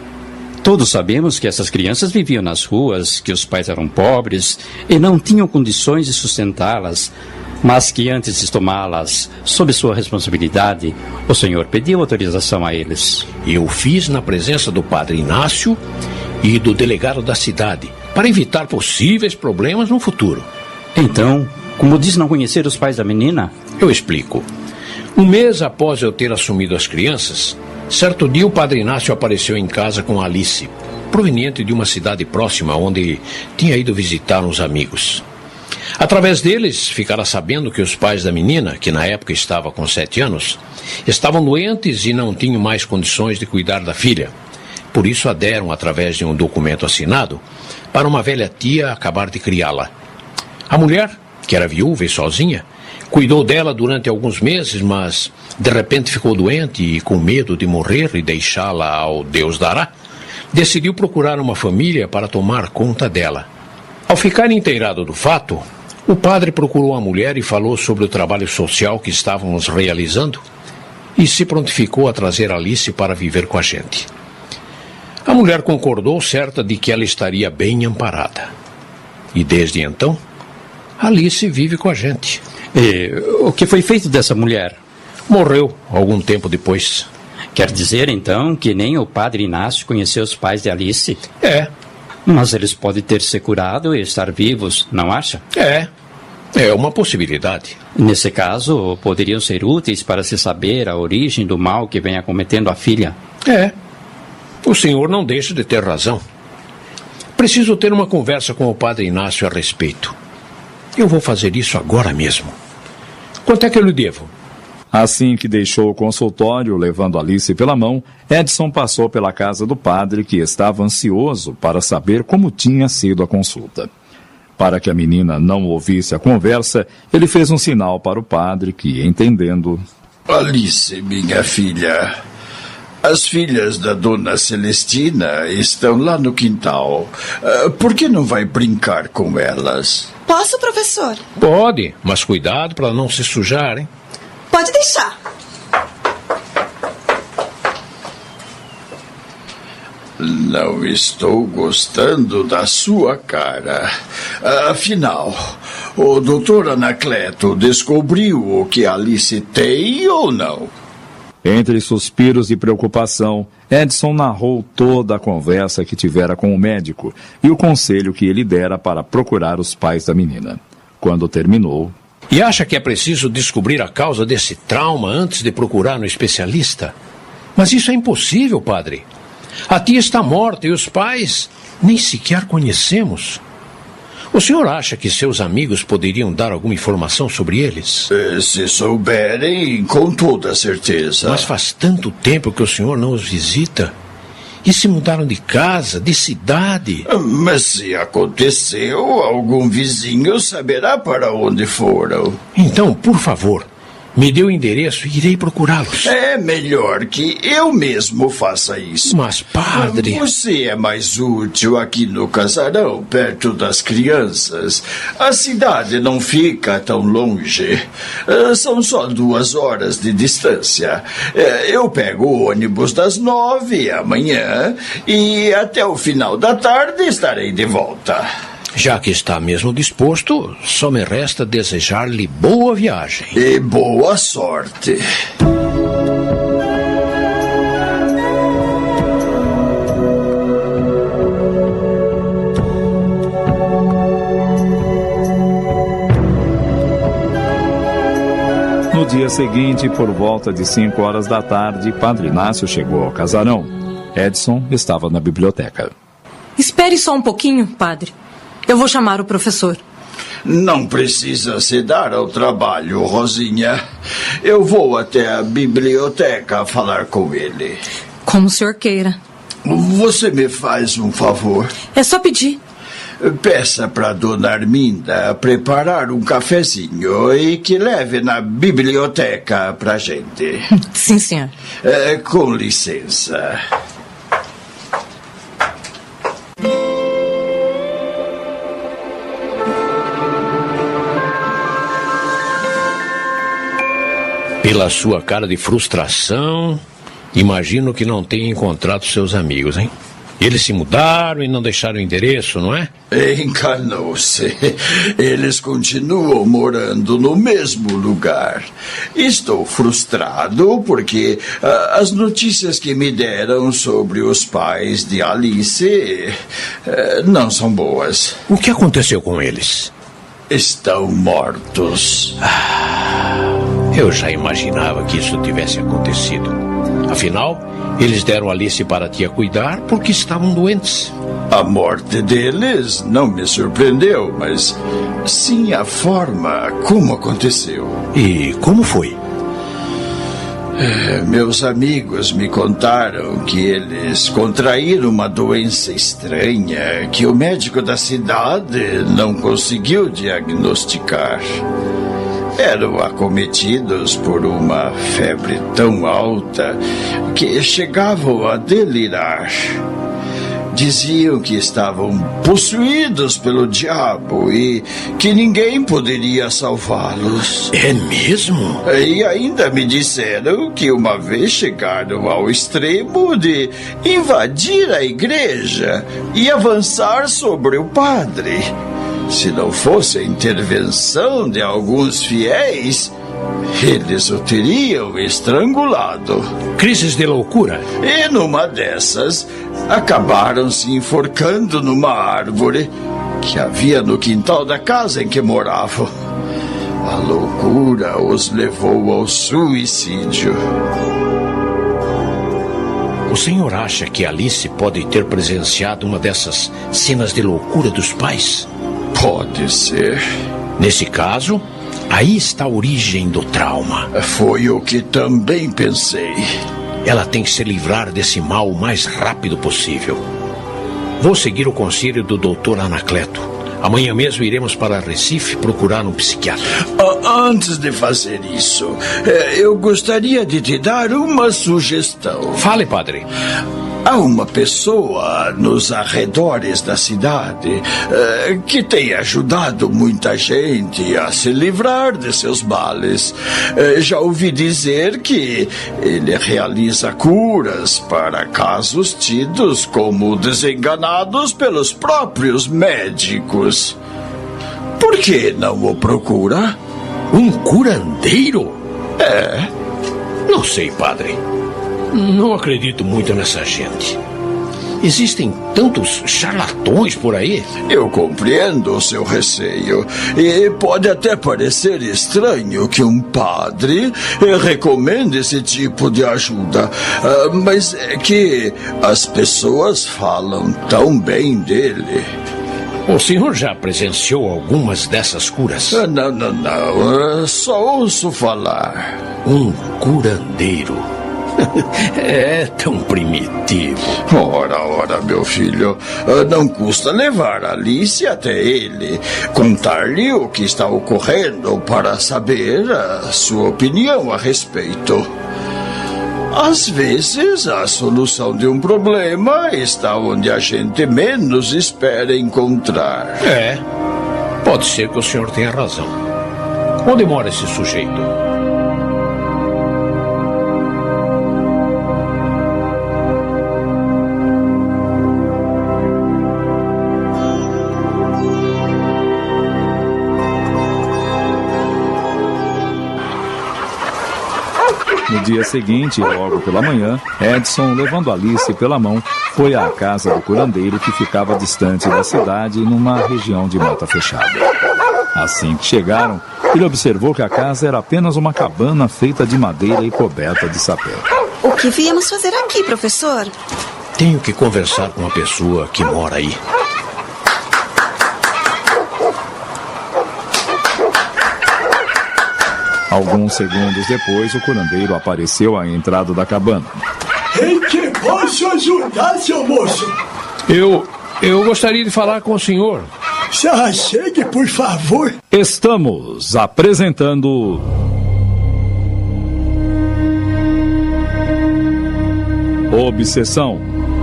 Todos sabemos que essas crianças viviam nas ruas, que os pais eram pobres e não tinham condições de sustentá-las, mas que antes de tomá-las sob sua responsabilidade, o senhor pediu autorização a eles. Eu fiz na presença do padre Inácio e do delegado da cidade, para evitar possíveis problemas no futuro. Então, como diz não conhecer os pais da menina? Eu explico. Um mês após eu ter assumido as crianças, certo dia o padre Inácio apareceu em casa com Alice, proveniente de uma cidade próxima onde tinha ido visitar uns amigos. Através deles, ficara sabendo que os pais da menina, que na época estava com 7 anos, estavam doentes e não tinham mais condições de cuidar da filha. Por isso a deram através de um documento assinado para uma velha tia acabar de criá-la. A mulher, que era viúva e sozinha, cuidou dela durante alguns meses, mas de repente ficou doente e, com medo de morrer e deixá-la ao Deus dará, decidiu procurar uma família para tomar conta dela. Ao ficar inteirado do fato, o padre procurou a mulher e falou sobre o trabalho social que estávamos realizando e se prontificou a trazer Alice para viver com a gente. A mulher concordou, certa de que ela estaria bem amparada. E desde então, Alice vive com a gente. E o que foi feito dessa mulher? Morreu algum tempo depois. Quer dizer, então, que nem o padre Inácio conheceu os pais de Alice? É. Mas eles podem ter se curado e estar vivos, não acha? É uma possibilidade. Nesse caso, poderiam ser úteis para se saber a origem do mal que vem acometendo a filha. O senhor não deixa de ter razão. Preciso ter uma conversa com o padre Inácio a respeito. Eu vou fazer isso agora mesmo. Quanto é que eu lhe devo? Assim que deixou o consultório, levando Alice pela mão, Edson passou pela casa do padre, que estava ansioso para saber como tinha sido a consulta. Para que a menina não ouvisse a conversa, ele fez um sinal para o padre que, entendendo... Alice, minha filha, as filhas da dona Celestina estão lá no quintal. Por que não vai brincar com elas? Posso, professor? Pode, mas cuidado para não se sujar, hein? Pode deixar. Não estou gostando da sua cara. Afinal, o Dr. Anacleto descobriu o que Alice tem ou não? Entre suspiros e preocupação, Edson narrou toda a conversa que tivera com o médico e o conselho que ele dera para procurar os pais da menina. Quando terminou... E acha que é preciso descobrir a causa desse trauma antes de procurar no especialista? Mas isso é impossível, padre. A tia está morta e os pais nem sequer conhecemos. O senhor acha que seus amigos poderiam dar alguma informação sobre eles? Se souberem, com toda certeza. Mas faz tanto tempo que o senhor não os visita. E se mudaram de casa, de cidade? Mas se aconteceu, algum vizinho saberá para onde foram. Então, por favor, me dê o endereço e irei procurá-los. É melhor que eu mesmo faça isso. Mas, padre... Você é mais útil aqui no casarão, perto das crianças. A cidade não fica tão longe. São só 2 horas de distância. Eu pego o ônibus das 9 amanhã e até o final da tarde estarei de volta. Já que está mesmo disposto, só me resta desejar-lhe boa viagem. E boa sorte. No dia seguinte, por volta de 5 horas da tarde, Padre Inácio chegou ao casarão. Edson estava na biblioteca. Espere só um pouquinho, padre. Eu vou chamar o professor. Não precisa se dar ao trabalho, Rosinha. Eu vou até a biblioteca falar com ele. Como o senhor queira. Você me faz um favor? É só pedir. Peça para dona Arminda preparar um cafezinho e que leve na biblioteca pra gente. Sim, senhor. Com licença. Pela sua cara de frustração, imagino que não tenha encontrado seus amigos, hein? Eles se mudaram e não deixaram o endereço, não é? Enganou-se. Eles continuam morando no mesmo lugar. Estou frustrado porque as notícias que me deram sobre os pais de Alice não são boas. O que aconteceu com eles? Estão mortos. Eu já imaginava que isso tivesse acontecido. Afinal, eles deram Alice para a tia cuidar porque estavam doentes. A morte deles não me surpreendeu, mas sim a forma como aconteceu. E como foi? Meus amigos me contaram que eles contraíram uma doença estranha que o médico da cidade não conseguiu diagnosticar. Eram acometidos por uma febre tão alta que chegavam a delirar. Diziam que estavam possuídos pelo diabo e que ninguém poderia salvá-los. É mesmo? E ainda me disseram que uma vez chegaram ao extremo de invadir a igreja e avançar sobre o padre. Se não fosse a intervenção de alguns fiéis, eles o teriam estrangulado. Crises de loucura? E numa dessas, acabaram se enforcando numa árvore que havia no quintal da casa em que moravam. A loucura os levou ao suicídio. O senhor acha que Alice pode ter presenciado uma dessas cenas de loucura dos pais? Pode ser. Nesse caso, aí está a origem do trauma. Foi o que também pensei. Ela tem que se livrar desse mal o mais rápido possível. Vou seguir o conselho do Dr. Anacleto. Amanhã mesmo iremos para Recife procurar um psiquiatra. Antes de fazer isso, eu gostaria de te dar uma sugestão. Fale, padre. Há uma pessoa nos arredores da cidade que tem ajudado muita gente a se livrar de seus males. Já ouvi dizer que ele realiza curas para casos tidos como desenganados pelos próprios médicos. Por que não o procura? Um curandeiro? É. Não sei, padre. Não acredito muito nessa gente. Existem tantos charlatões por aí. Eu compreendo o seu receio. E pode até parecer estranho que um padre recomende esse tipo de ajuda. Mas é que as pessoas falam tão bem dele. O senhor já presenciou algumas dessas curas? Não. Só ouço falar. Um curandeiro. É tão primitivo. Ora, meu filho, não custa levar Alice até ele, contar-lhe o que está ocorrendo para saber a sua opinião a respeito. Às vezes, a solução de um problema está onde a gente menos espera encontrar. Pode ser que o senhor tenha razão. Onde mora esse sujeito? No dia seguinte, logo pela manhã, Edson, levando Alice pela mão, foi à casa do curandeiro que ficava distante da cidade, numa região de mata fechada. Assim que chegaram, ele observou que a casa era apenas uma cabana feita de madeira e coberta de sapé. O que viemos fazer aqui, professor? Tenho que conversar com uma pessoa que mora aí. Alguns segundos depois, o curandeiro apareceu à entrada da cabana. Em que posso ajudar, seu moço? Eu gostaria de falar com o senhor. Já chegue, por favor. Estamos apresentando... Obsessão.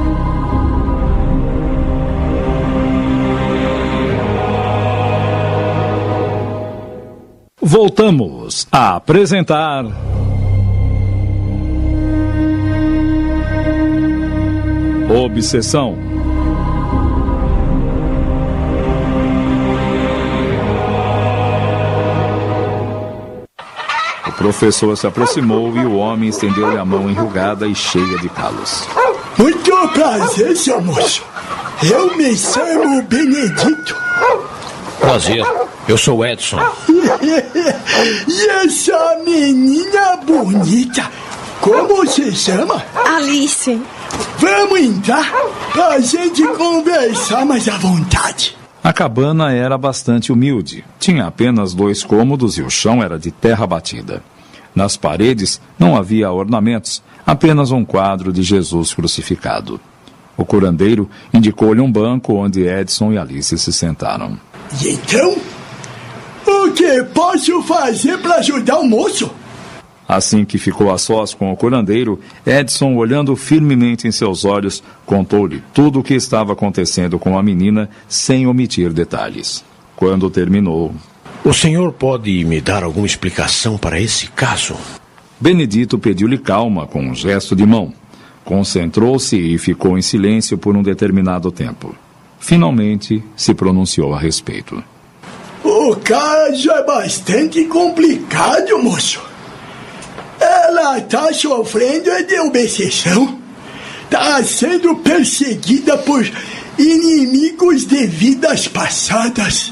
Voltamos a apresentar... Obsessão. O professor se aproximou e o homem estendeu-lhe a mão enrugada e cheia de calos. Muito prazer, seu moço. Eu me chamo Benedito. Prazer, eu sou Edson. E essa menina bonita, como se chama? Alice. Vamos entrar pra gente conversar mais à vontade. A cabana era bastante humilde. Tinha apenas 2 cômodos e o chão era de terra batida. Nas paredes não havia ornamentos, apenas um quadro de Jesus crucificado. O curandeiro indicou-lhe um banco onde Edson e Alice se sentaram. E então, o que posso fazer para ajudar o moço? Assim que ficou a sós com o curandeiro, Edson, olhando firmemente em seus olhos, contou-lhe tudo o que estava acontecendo com a menina, sem omitir detalhes. Quando terminou... O senhor pode me dar alguma explicação para esse caso? Benedito pediu-lhe calma com um gesto de mão. Concentrou-se e ficou em silêncio por um determinado tempo. Finalmente, se pronunciou a respeito. O caso é bastante complicado, moço. Ela está sofrendo de obsessão. Está sendo perseguida por inimigos de vidas passadas.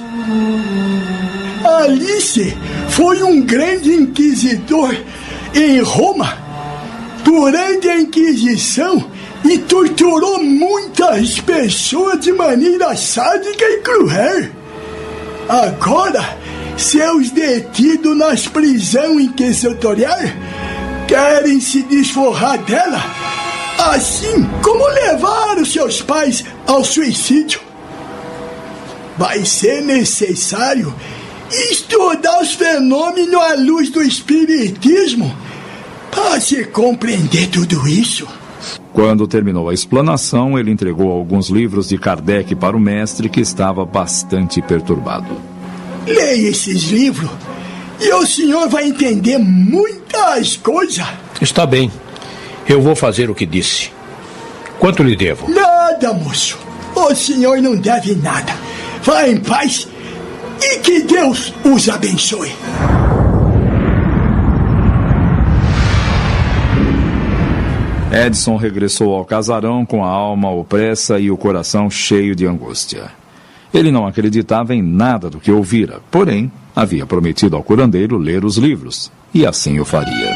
Alice foi um grande inquisidor em Roma durante a Inquisição e torturou muitas pessoas de maneira sádica e cruel. Agora, seus detidos nas prisões inquisitoriais querem se desforrar dela, assim como levar os seus pais ao suicídio. vai ser necessário estudar os fenômenos à luz do espiritismo para se compreender tudo isso. Quando terminou a explanação, ele entregou alguns livros de Kardec para o mestre, que estava bastante perturbado. Leia esses livros e o senhor vai entender muitas coisas. Está bem. Eu vou fazer o que disse. Quanto lhe devo? Nada, moço. O senhor não deve nada. Vá em paz e que Deus os abençoe. Edson regressou ao casarão com a alma opressa e o coração cheio de angústia. Ele não acreditava em nada do que ouvira, porém, havia prometido ao curandeiro ler os livros, e assim o faria.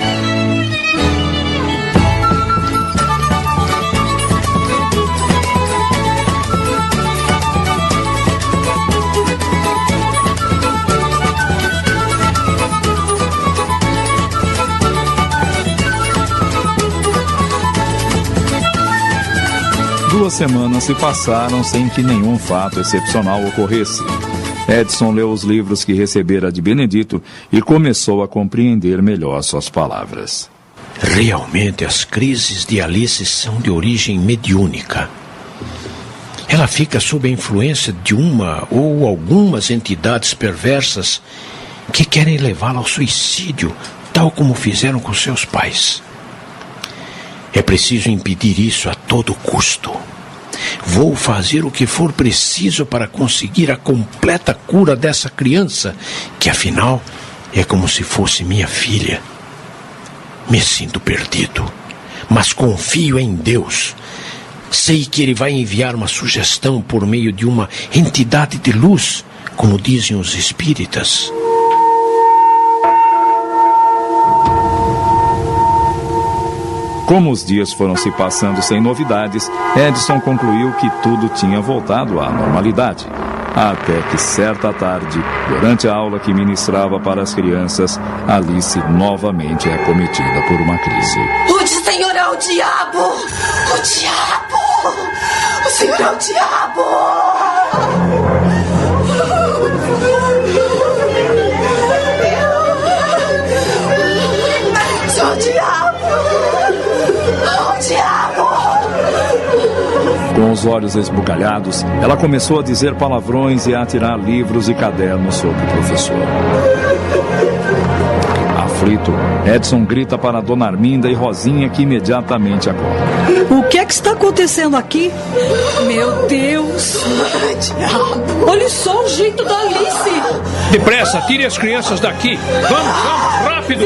Duas semanas se passaram sem que nenhum fato excepcional ocorresse. Edson leu os livros que recebera de Benedito e começou a compreender melhor suas palavras. Realmente as crises de Alice são de origem mediúnica. Ela fica sob a influência de uma ou algumas entidades perversas que querem levá-la ao suicídio, tal como fizeram com seus pais. É preciso impedir isso a todo custo. Vou fazer o que for preciso para conseguir a completa cura dessa criança, que afinal é como se fosse minha filha. Me sinto perdido, mas confio em Deus. Sei que Ele vai enviar uma sugestão por meio de uma entidade de luz, como dizem os espíritas. Como os dias foram se passando sem novidades, Edson concluiu que tudo tinha voltado à normalidade. Até que certa tarde, durante a aula que ministrava para as crianças, Alice novamente é acometida por uma crise. O Senhor é o diabo! O diabo! O Senhor é o diabo! Sou o diabo! Com os olhos esbugalhados, ela começou a dizer palavrões e a atirar livros e cadernos sobre o professor. Aflito, Edson grita para Dona Arminda e Rosinha, que imediatamente acordam. O que é que está acontecendo aqui? Meu Deus! Olha só o jeito da Alice! Depressa, tire as crianças daqui! Vamos, rápido!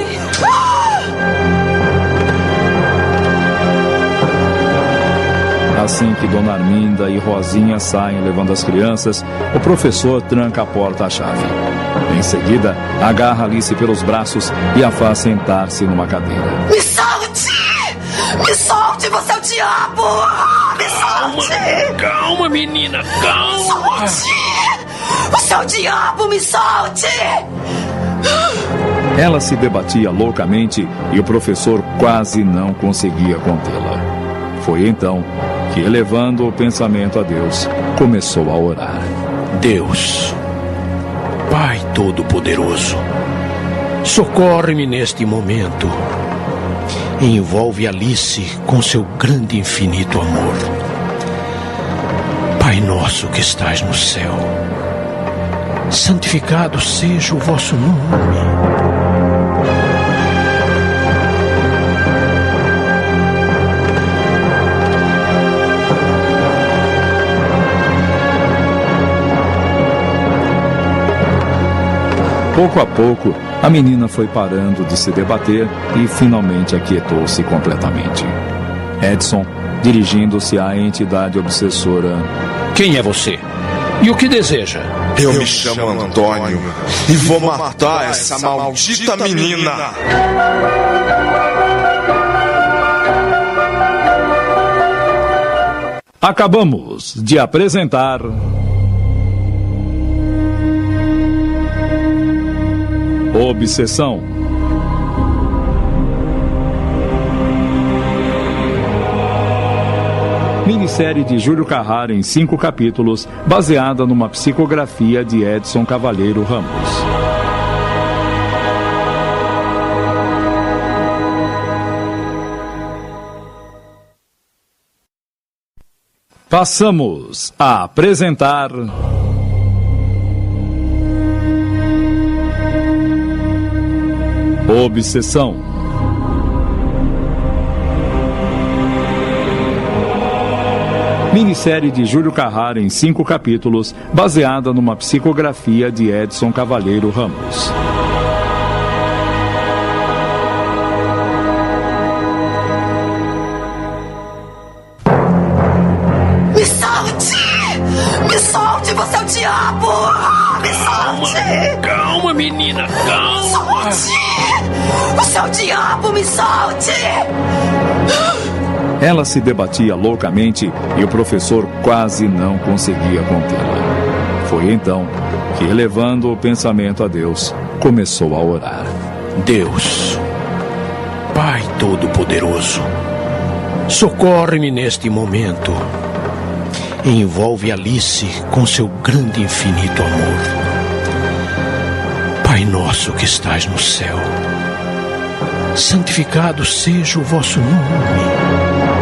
Assim que Dona Arminda e Rosinha saem levando as crianças, o professor tranca a porta à chave. Em seguida, agarra Alice pelos braços e a faz sentar-se numa cadeira. Me solte! Me solte, você é o diabo! Me solte! Calma, menina, calma! Solte! Você é o diabo, me solte! Ela se debatia loucamente e o professor quase não conseguia contê-la. Foi então que, elevando o pensamento a Deus, começou a orar. Deus, Pai Todo-Poderoso, socorre-me neste momento. Envolve Alice com seu grande e infinito amor. Pai nosso que estás no céu, santificado seja o vosso nome. Pouco a pouco, a menina foi parando de se debater e finalmente aquietou-se completamente. Edson, dirigindo-se à entidade obsessora. Quem é você? E o que deseja? Eu me chamo Antônio e vou matar essa maldita menina. Acabamos de apresentar... Obsessão. Minissérie de Júlio Carrara em 5 capítulos, baseada numa psicografia de Edson Cavalheiro Ramos. Passamos a apresentar... Obsessão. Minissérie de Júlio Carrara em 5 capítulos, baseada numa psicografia de Edson Cavalheiro Ramos. Me solte! Me solte, você é o diabo! Me solte! Calma, menina, calma! Solte! Você é o diabo, me solte! Ela se debatia loucamente e o professor quase não conseguia contê-la. Foi então que, elevando o pensamento a Deus, começou a orar. Deus, Pai Todo-Poderoso, socorre-me neste momento. Envolve Alice com seu grande e infinito amor. Pai nosso que estás no céu, santificado seja o vosso nome.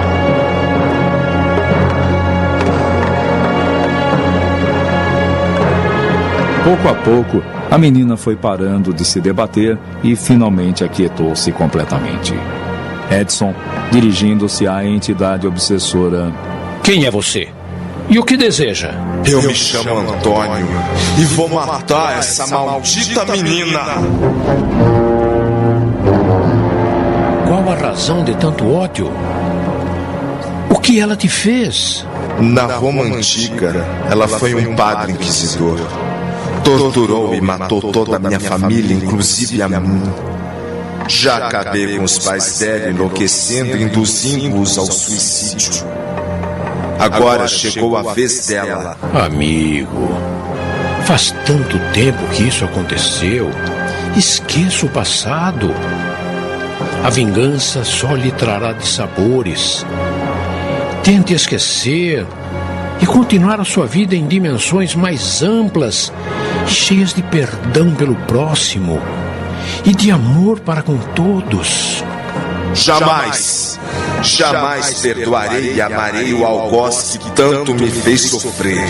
Pouco a pouco, a menina foi parando de se debater e finalmente aquietou-se completamente. Edson, dirigindo-se à entidade obsessora: Quem é você? E o que deseja? Eu me chamo Antônio e vou matar essa maldita menina. Qual a razão de tanto ódio? O que ela te fez? Na Roma Antiga, ela foi um padre inquisidor. Torturou e matou toda a minha família, inclusive a mim. Já acabei com os pais dela, enlouquecendo e induzindo-os ao suicídio. Agora chegou a vez dela. Amigo, faz tanto tempo que isso aconteceu. Esqueça o passado. A vingança só lhe trará dissabores. Tente esquecer e continuar a sua vida em dimensões mais amplas e cheias de perdão pelo próximo e de amor para com todos. Jamais, jamais perdoarei e amarei o algoz que tanto me fez sofrer.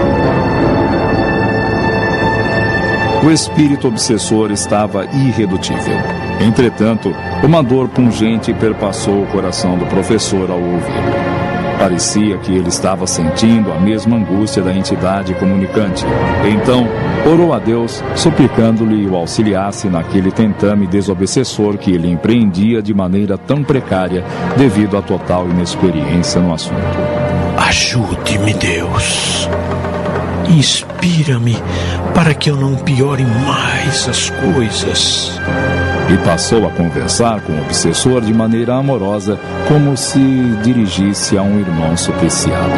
O espírito obsessor estava irredutível. Entretanto, uma dor pungente perpassou o coração do professor ao ouvir. Parecia que ele estava sentindo a mesma angústia da entidade comunicante. Então, orou a Deus, suplicando-lhe o auxiliasse naquele tentame desobsessor que ele empreendia de maneira tão precária devido à total inexperiência no assunto. Ajude-me, Deus. Inspira-me para que eu não piore mais as coisas. E passou a conversar com o obsessor de maneira amorosa, como se dirigisse a um irmão supliciado.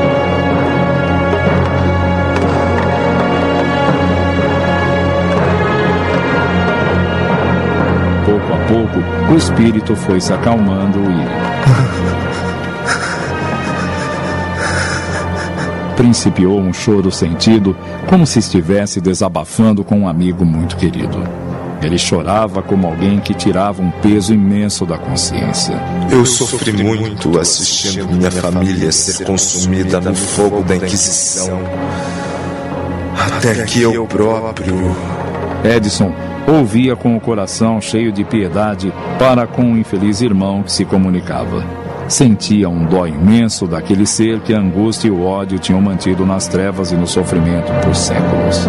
Pouco a pouco, o espírito foi se acalmando e... principiou um choro sentido, como se estivesse desabafando com um amigo muito querido. Ele chorava como alguém que tirava um peso imenso da consciência. Eu sofri muito assistindo minha família ser consumida no fogo da Inquisição. Até que eu próprio... Edson ouvia com o coração cheio de piedade para com o infeliz irmão que se comunicava. Sentia um dó imenso daquele ser que a angústia e o ódio tinham mantido nas trevas e no sofrimento por séculos.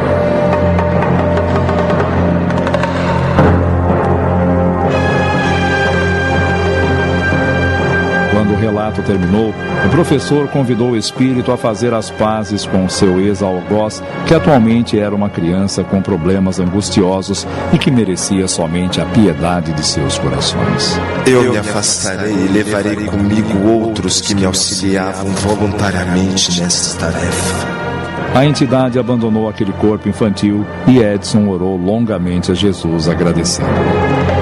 Quando o relato terminou, o professor convidou o espírito a fazer as pazes com seu ex-algoz, que atualmente era uma criança com problemas angustiosos e que merecia somente a piedade de seus corações. Eu me afastarei e levarei comigo outros que me auxiliavam voluntariamente nessa tarefa. A entidade abandonou aquele corpo infantil e Edson orou longamente a Jesus, agradecendo-lhe.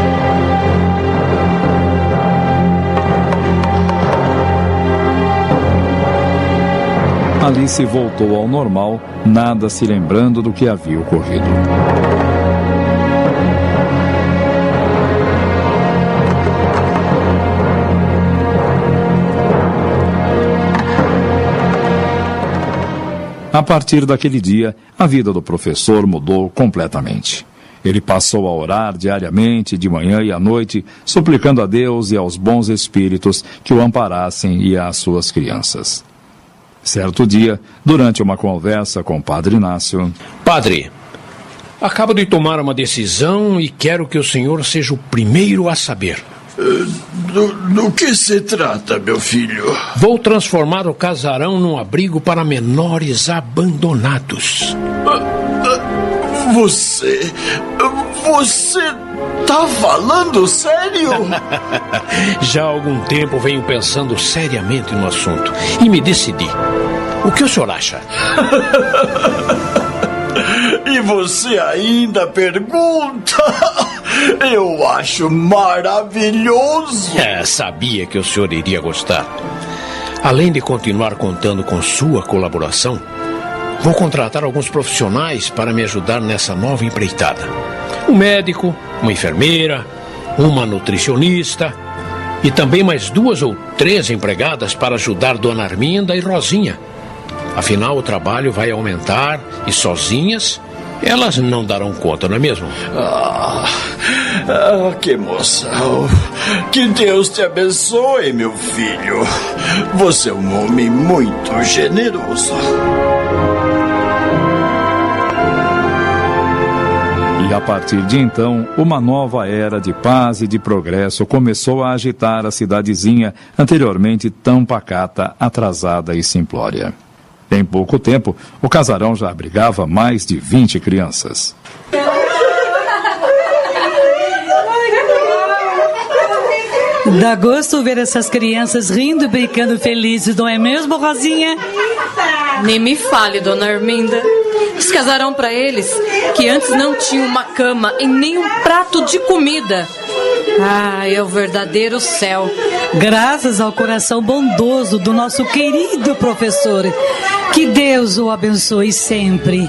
Alice voltou ao normal, nada se lembrando do que havia ocorrido. A partir daquele dia, a vida do professor mudou completamente. Ele passou a orar diariamente, de manhã e à noite, suplicando a Deus e aos bons espíritos que o amparassem e às suas crianças. Certo dia, durante uma conversa com o Padre Inácio... Padre, acabo de tomar uma decisão e quero que o senhor seja o primeiro a saber. Do que se trata, meu filho? Vou transformar o casarão num abrigo para menores abandonados. Você tá falando sério? Já há algum tempo venho pensando seriamente no assunto e me decidi. O que o senhor acha? E você ainda pergunta? Eu acho maravilhoso. Sabia que o senhor iria gostar. Além de continuar contando com sua colaboração, vou contratar alguns profissionais para me ajudar nessa nova empreitada. Um médico, uma enfermeira, uma nutricionista e também mais 2 ou 3 empregadas para ajudar Dona Arminda e Rosinha. Afinal, o trabalho vai aumentar e sozinhas elas não darão conta, não é mesmo? Que emoção. Que Deus te abençoe, meu filho. Você é um homem muito generoso. E a partir de então, uma nova era de paz e de progresso começou a agitar a cidadezinha anteriormente tão pacata, atrasada e simplória. Em pouco tempo, o casarão já abrigava mais de 20 crianças. Dá gosto ver essas crianças rindo e brincando felizes, não é mesmo, Rosinha? Nem me fale, Dona Arminda. Esse casarão para eles, que antes não tinham uma cama e nem um prato de comida. É o verdadeiro céu. Graças ao coração bondoso do nosso querido professor. Que Deus o abençoe sempre.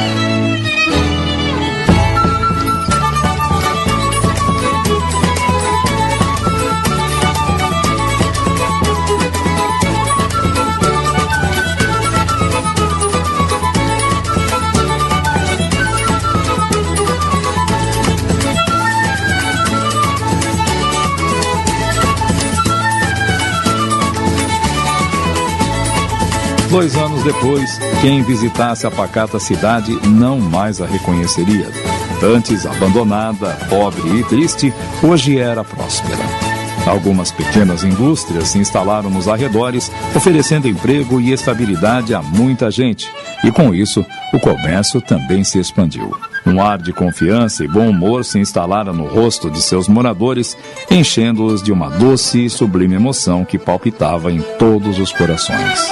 2 anos depois, quem visitasse a pacata cidade não mais a reconheceria. Antes abandonada, pobre e triste, hoje era próspera. Algumas pequenas indústrias se instalaram nos arredores, oferecendo emprego e estabilidade a muita gente. E com isso, o comércio também se expandiu. Um ar de confiança e bom humor se instalara no rosto de seus moradores, enchendo-os de uma doce e sublime emoção que palpitava em todos os corações.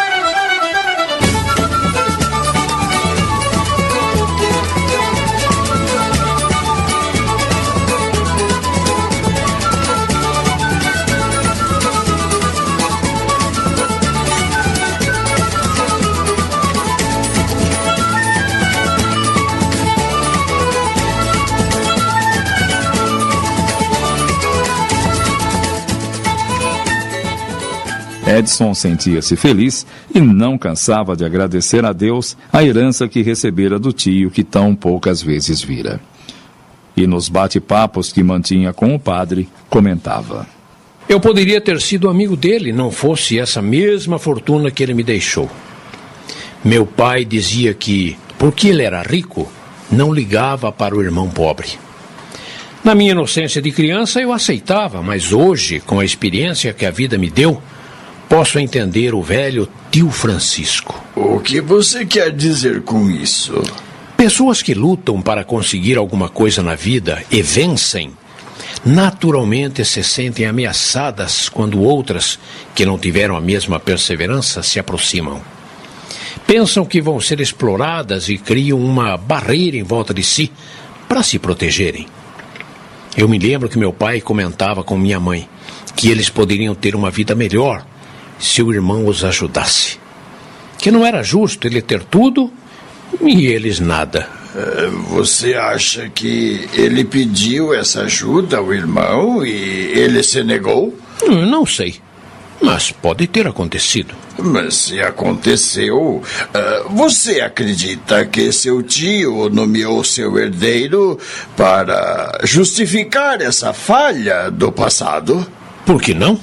Edson sentia-se feliz e não cansava de agradecer a Deus a herança que recebera do tio que tão poucas vezes vira. E nos bate-papos que mantinha com o padre, comentava: eu poderia ter sido amigo dele, não fosse essa mesma fortuna que ele me deixou. Meu pai dizia que, porque ele era rico, não ligava para o irmão pobre. Na minha inocência de criança eu aceitava, mas hoje, com a experiência que a vida me deu, posso entender o velho tio Francisco. O que você quer dizer com isso? Pessoas que lutam para conseguir alguma coisa na vida e vencem, naturalmente se sentem ameaçadas quando outras, que não tiveram a mesma perseverança, se aproximam. Pensam que vão ser exploradas e criam uma barreira em volta de si para se protegerem. Eu me lembro que meu pai comentava com minha mãe que eles poderiam ter uma vida melhor se o irmão os ajudasse. que não era justo ele ter tudo e eles nada. Você acha que ele pediu essa ajuda ao irmão e ele se negou? Não sei, mas pode ter acontecido. Mas se aconteceu, você acredita que seu tio nomeou seu herdeiro para justificar essa falha do passado? Por que não?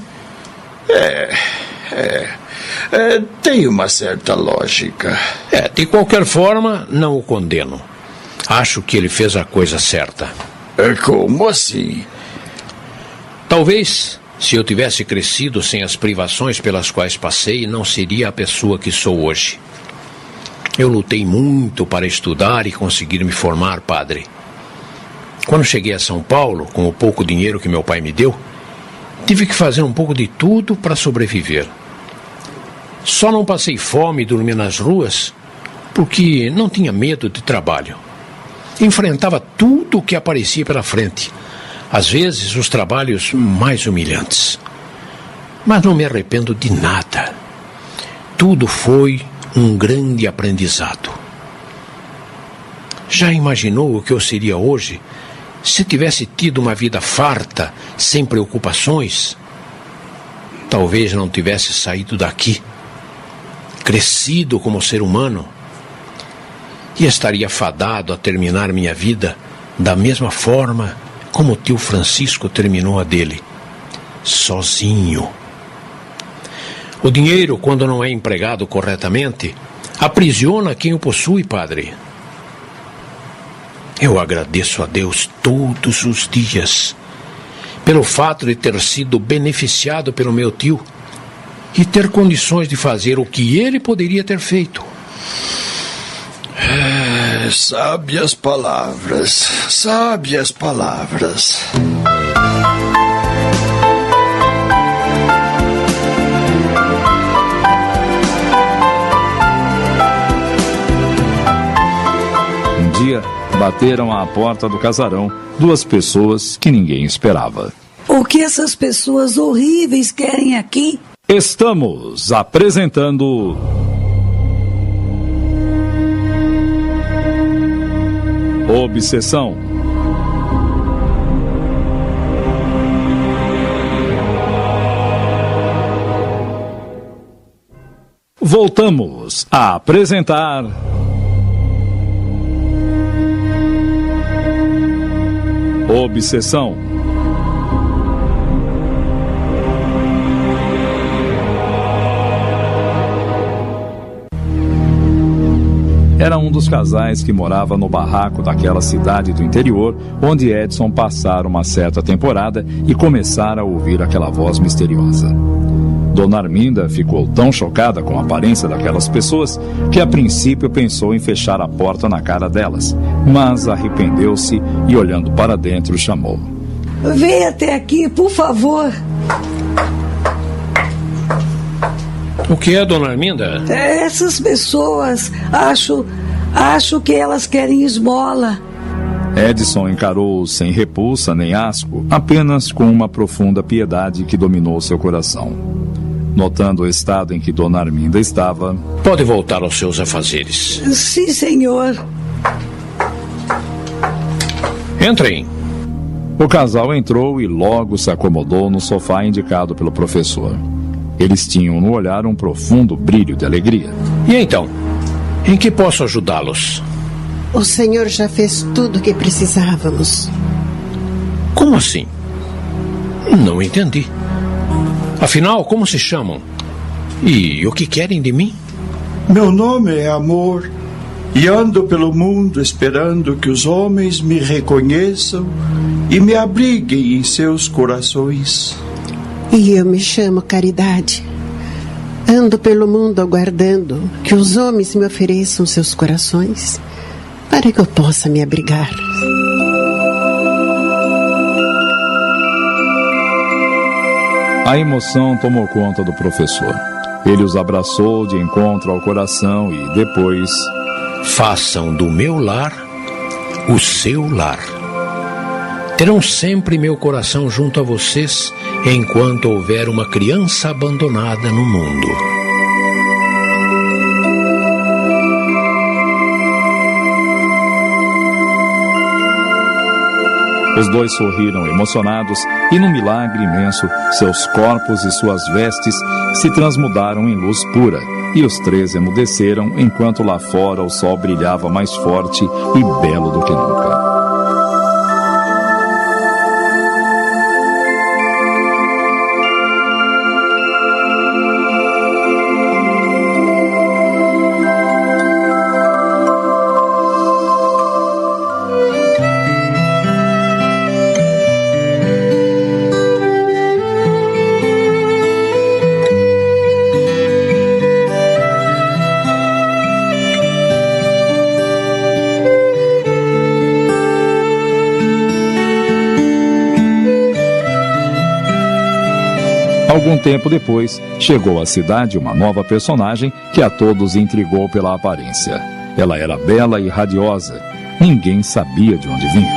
Tem uma certa lógica. De qualquer forma, não o condeno. Acho que ele fez a coisa certa. Como assim? Talvez, se eu tivesse crescido sem as privações pelas quais passei, não seria a pessoa que sou hoje. Eu lutei muito para estudar e conseguir me formar, padre. Quando cheguei a São Paulo, com o pouco dinheiro que meu pai me deu, tive que fazer um pouco de tudo para sobreviver. Só não passei fome e dormi nas ruas porque não tinha medo de trabalho. Enfrentava tudo o que aparecia pela frente. Às vezes, os trabalhos mais humilhantes. Mas não me arrependo de nada. Tudo foi um grande aprendizado. Já imaginou o que eu seria hoje se tivesse tido uma vida farta, sem preocupações? Talvez não tivesse saído daqui, crescido como ser humano, e estaria fadado a terminar minha vida da mesma forma como o tio Francisco terminou a dele, sozinho. O dinheiro, quando não é empregado corretamente, aprisiona quem o possui, padre. Eu agradeço a Deus todos os dias pelo fato de ter sido beneficiado pelo meu tio e ter condições de fazer o que ele poderia ter feito. Sábias palavras, sábias palavras. Um dia, bateram à porta do casarão duas pessoas que ninguém esperava. O que essas pessoas horríveis querem aqui? Estamos apresentando... Obsessão. Voltamos a apresentar... Obsessão. Era um dos casais que morava no barraco daquela cidade do interior, onde Edson passara uma certa temporada e começara a ouvir aquela voz misteriosa. Dona Arminda ficou tão chocada com a aparência daquelas pessoas que a princípio pensou em fechar a porta na cara delas, mas arrependeu-se e, olhando para dentro, chamou: Venha até aqui, por favor. O que é, Dona Arminda? Essas pessoas, acho que elas querem esmola. Edson encarou-o sem repulsa nem asco, apenas com uma profunda piedade que dominou seu coração. Notando o estado em que Dona Arminda estava... Pode voltar aos seus afazeres. Sim, senhor. Entrem. O casal entrou e logo se acomodou no sofá indicado pelo professor. Eles tinham no olhar um profundo brilho de alegria. E então? Em que posso ajudá-los? O senhor já fez tudo o que precisávamos. Como assim? Não entendi. Afinal, como se chamam? E o que querem de mim? Meu nome é Amor e ando pelo mundo esperando que os homens me reconheçam e me abriguem em seus corações. E eu me chamo Caridade. Ando pelo mundo aguardando que os homens me ofereçam seus corações para que eu possa me abrigar. A emoção tomou conta do professor. Ele os abraçou de encontro ao coração e depois... Façam do meu lar o seu lar. Terão sempre meu coração junto a vocês enquanto houver uma criança abandonada no mundo. Os dois sorriram emocionados e, num milagre imenso, seus corpos e suas vestes se transmudaram em luz pura, e os três emudeceram enquanto lá fora o sol brilhava mais forte e belo do que nunca. Algum tempo depois, chegou à cidade uma nova personagem que a todos intrigou pela aparência. Ela era bela e radiosa. Ninguém sabia de onde vinha.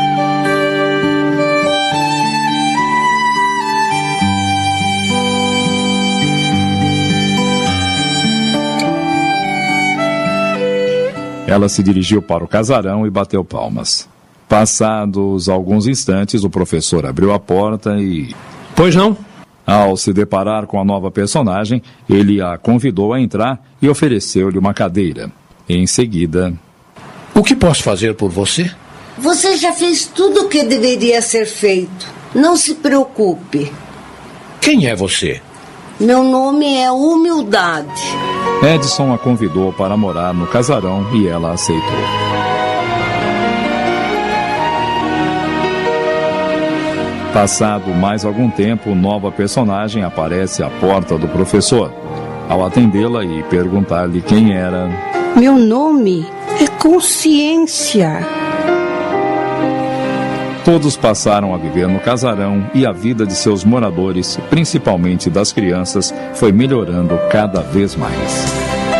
Ela se dirigiu para o casarão e bateu palmas. Passados alguns instantes, o professor abriu a porta e... Pois não? Ao se deparar com a nova personagem, ele a convidou a entrar e ofereceu-lhe uma cadeira. Em seguida... O que posso fazer por você? Você já fez tudo o que deveria ser feito. Não se preocupe. Quem é você? Meu nome é Humildade. Edson a convidou para morar no casarão e ela aceitou. Passado mais algum tempo, nova personagem aparece à porta do professor. Ao atendê-la e perguntar-lhe quem era... Meu nome é Consciência. Todos passaram a viver no casarão e a vida de seus moradores, principalmente das crianças, foi melhorando cada vez mais.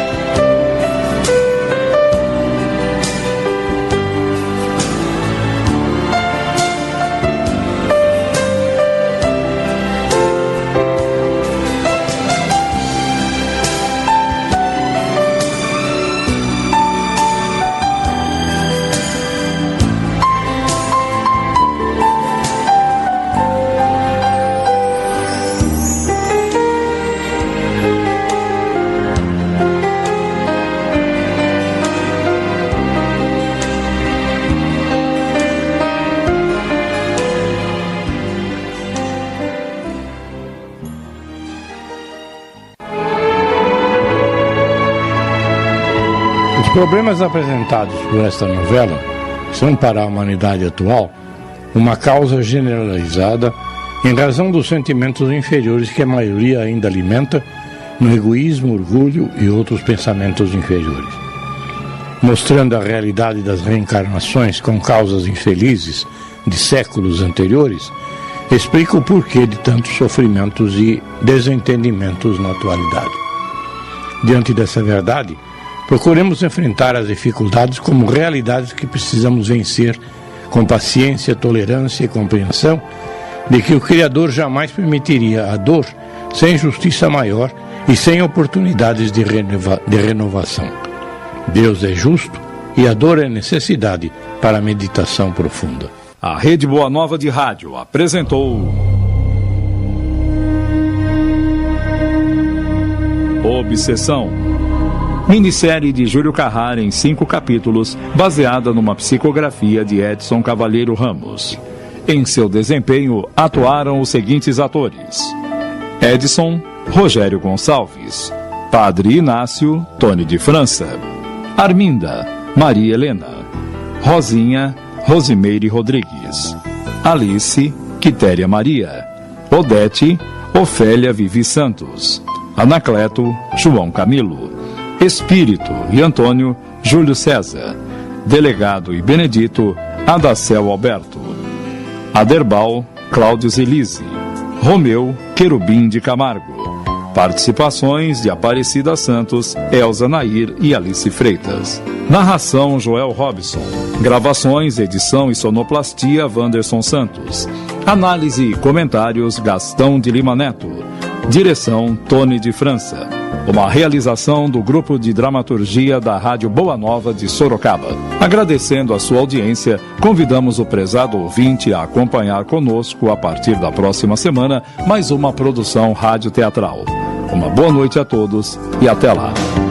Os problemas apresentados por esta novela são para a humanidade atual uma causa generalizada em razão dos sentimentos inferiores que a maioria ainda alimenta no egoísmo, orgulho e outros pensamentos inferiores. Mostrando a realidade das reencarnações com causas infelizes de séculos anteriores, explica o porquê de tantos sofrimentos e desentendimentos na atualidade. Diante dessa verdade, procuremos enfrentar as dificuldades como realidades que precisamos vencer com paciência, tolerância e compreensão de que o Criador jamais permitiria a dor sem justiça maior e sem oportunidades de renovação. Deus é justo e a dor é necessidade para a meditação profunda. A Rede Boa Nova de Rádio apresentou Obsessão, minissérie de Júlio Carrara em 5 capítulos, baseada numa psicografia de Edson Cavalheiro Ramos. Em seu desempenho, atuaram os seguintes atores: Edson, Rogério Gonçalves; Padre Inácio, Tony de França; Arminda, Maria Helena; Rosinha, Rosimeire Rodrigues; Alice, Quitéria Maria; Odete, Ofélia Vivi Santos; Anacleto, João Camilo; Espírito e Antônio, Júlio César; Delegado e Benedito, Adacel Alberto; Aderbal, Cláudio Zelise; Romeu, Querubim de Camargo. Participações de Aparecida Santos, Elza Nair e Alice Freitas. Narração Joel Robson. Gravações, edição e sonoplastia Wanderson Santos. Análise e comentários Gastão de Lima Neto. Direção Tony de França. Uma realização do Grupo de Dramaturgia da Rádio Boa Nova de Sorocaba. Agradecendo a sua audiência, convidamos o prezado ouvinte a acompanhar conosco, a partir da próxima semana, mais uma produção radioteatral. Uma boa noite a todos e até lá.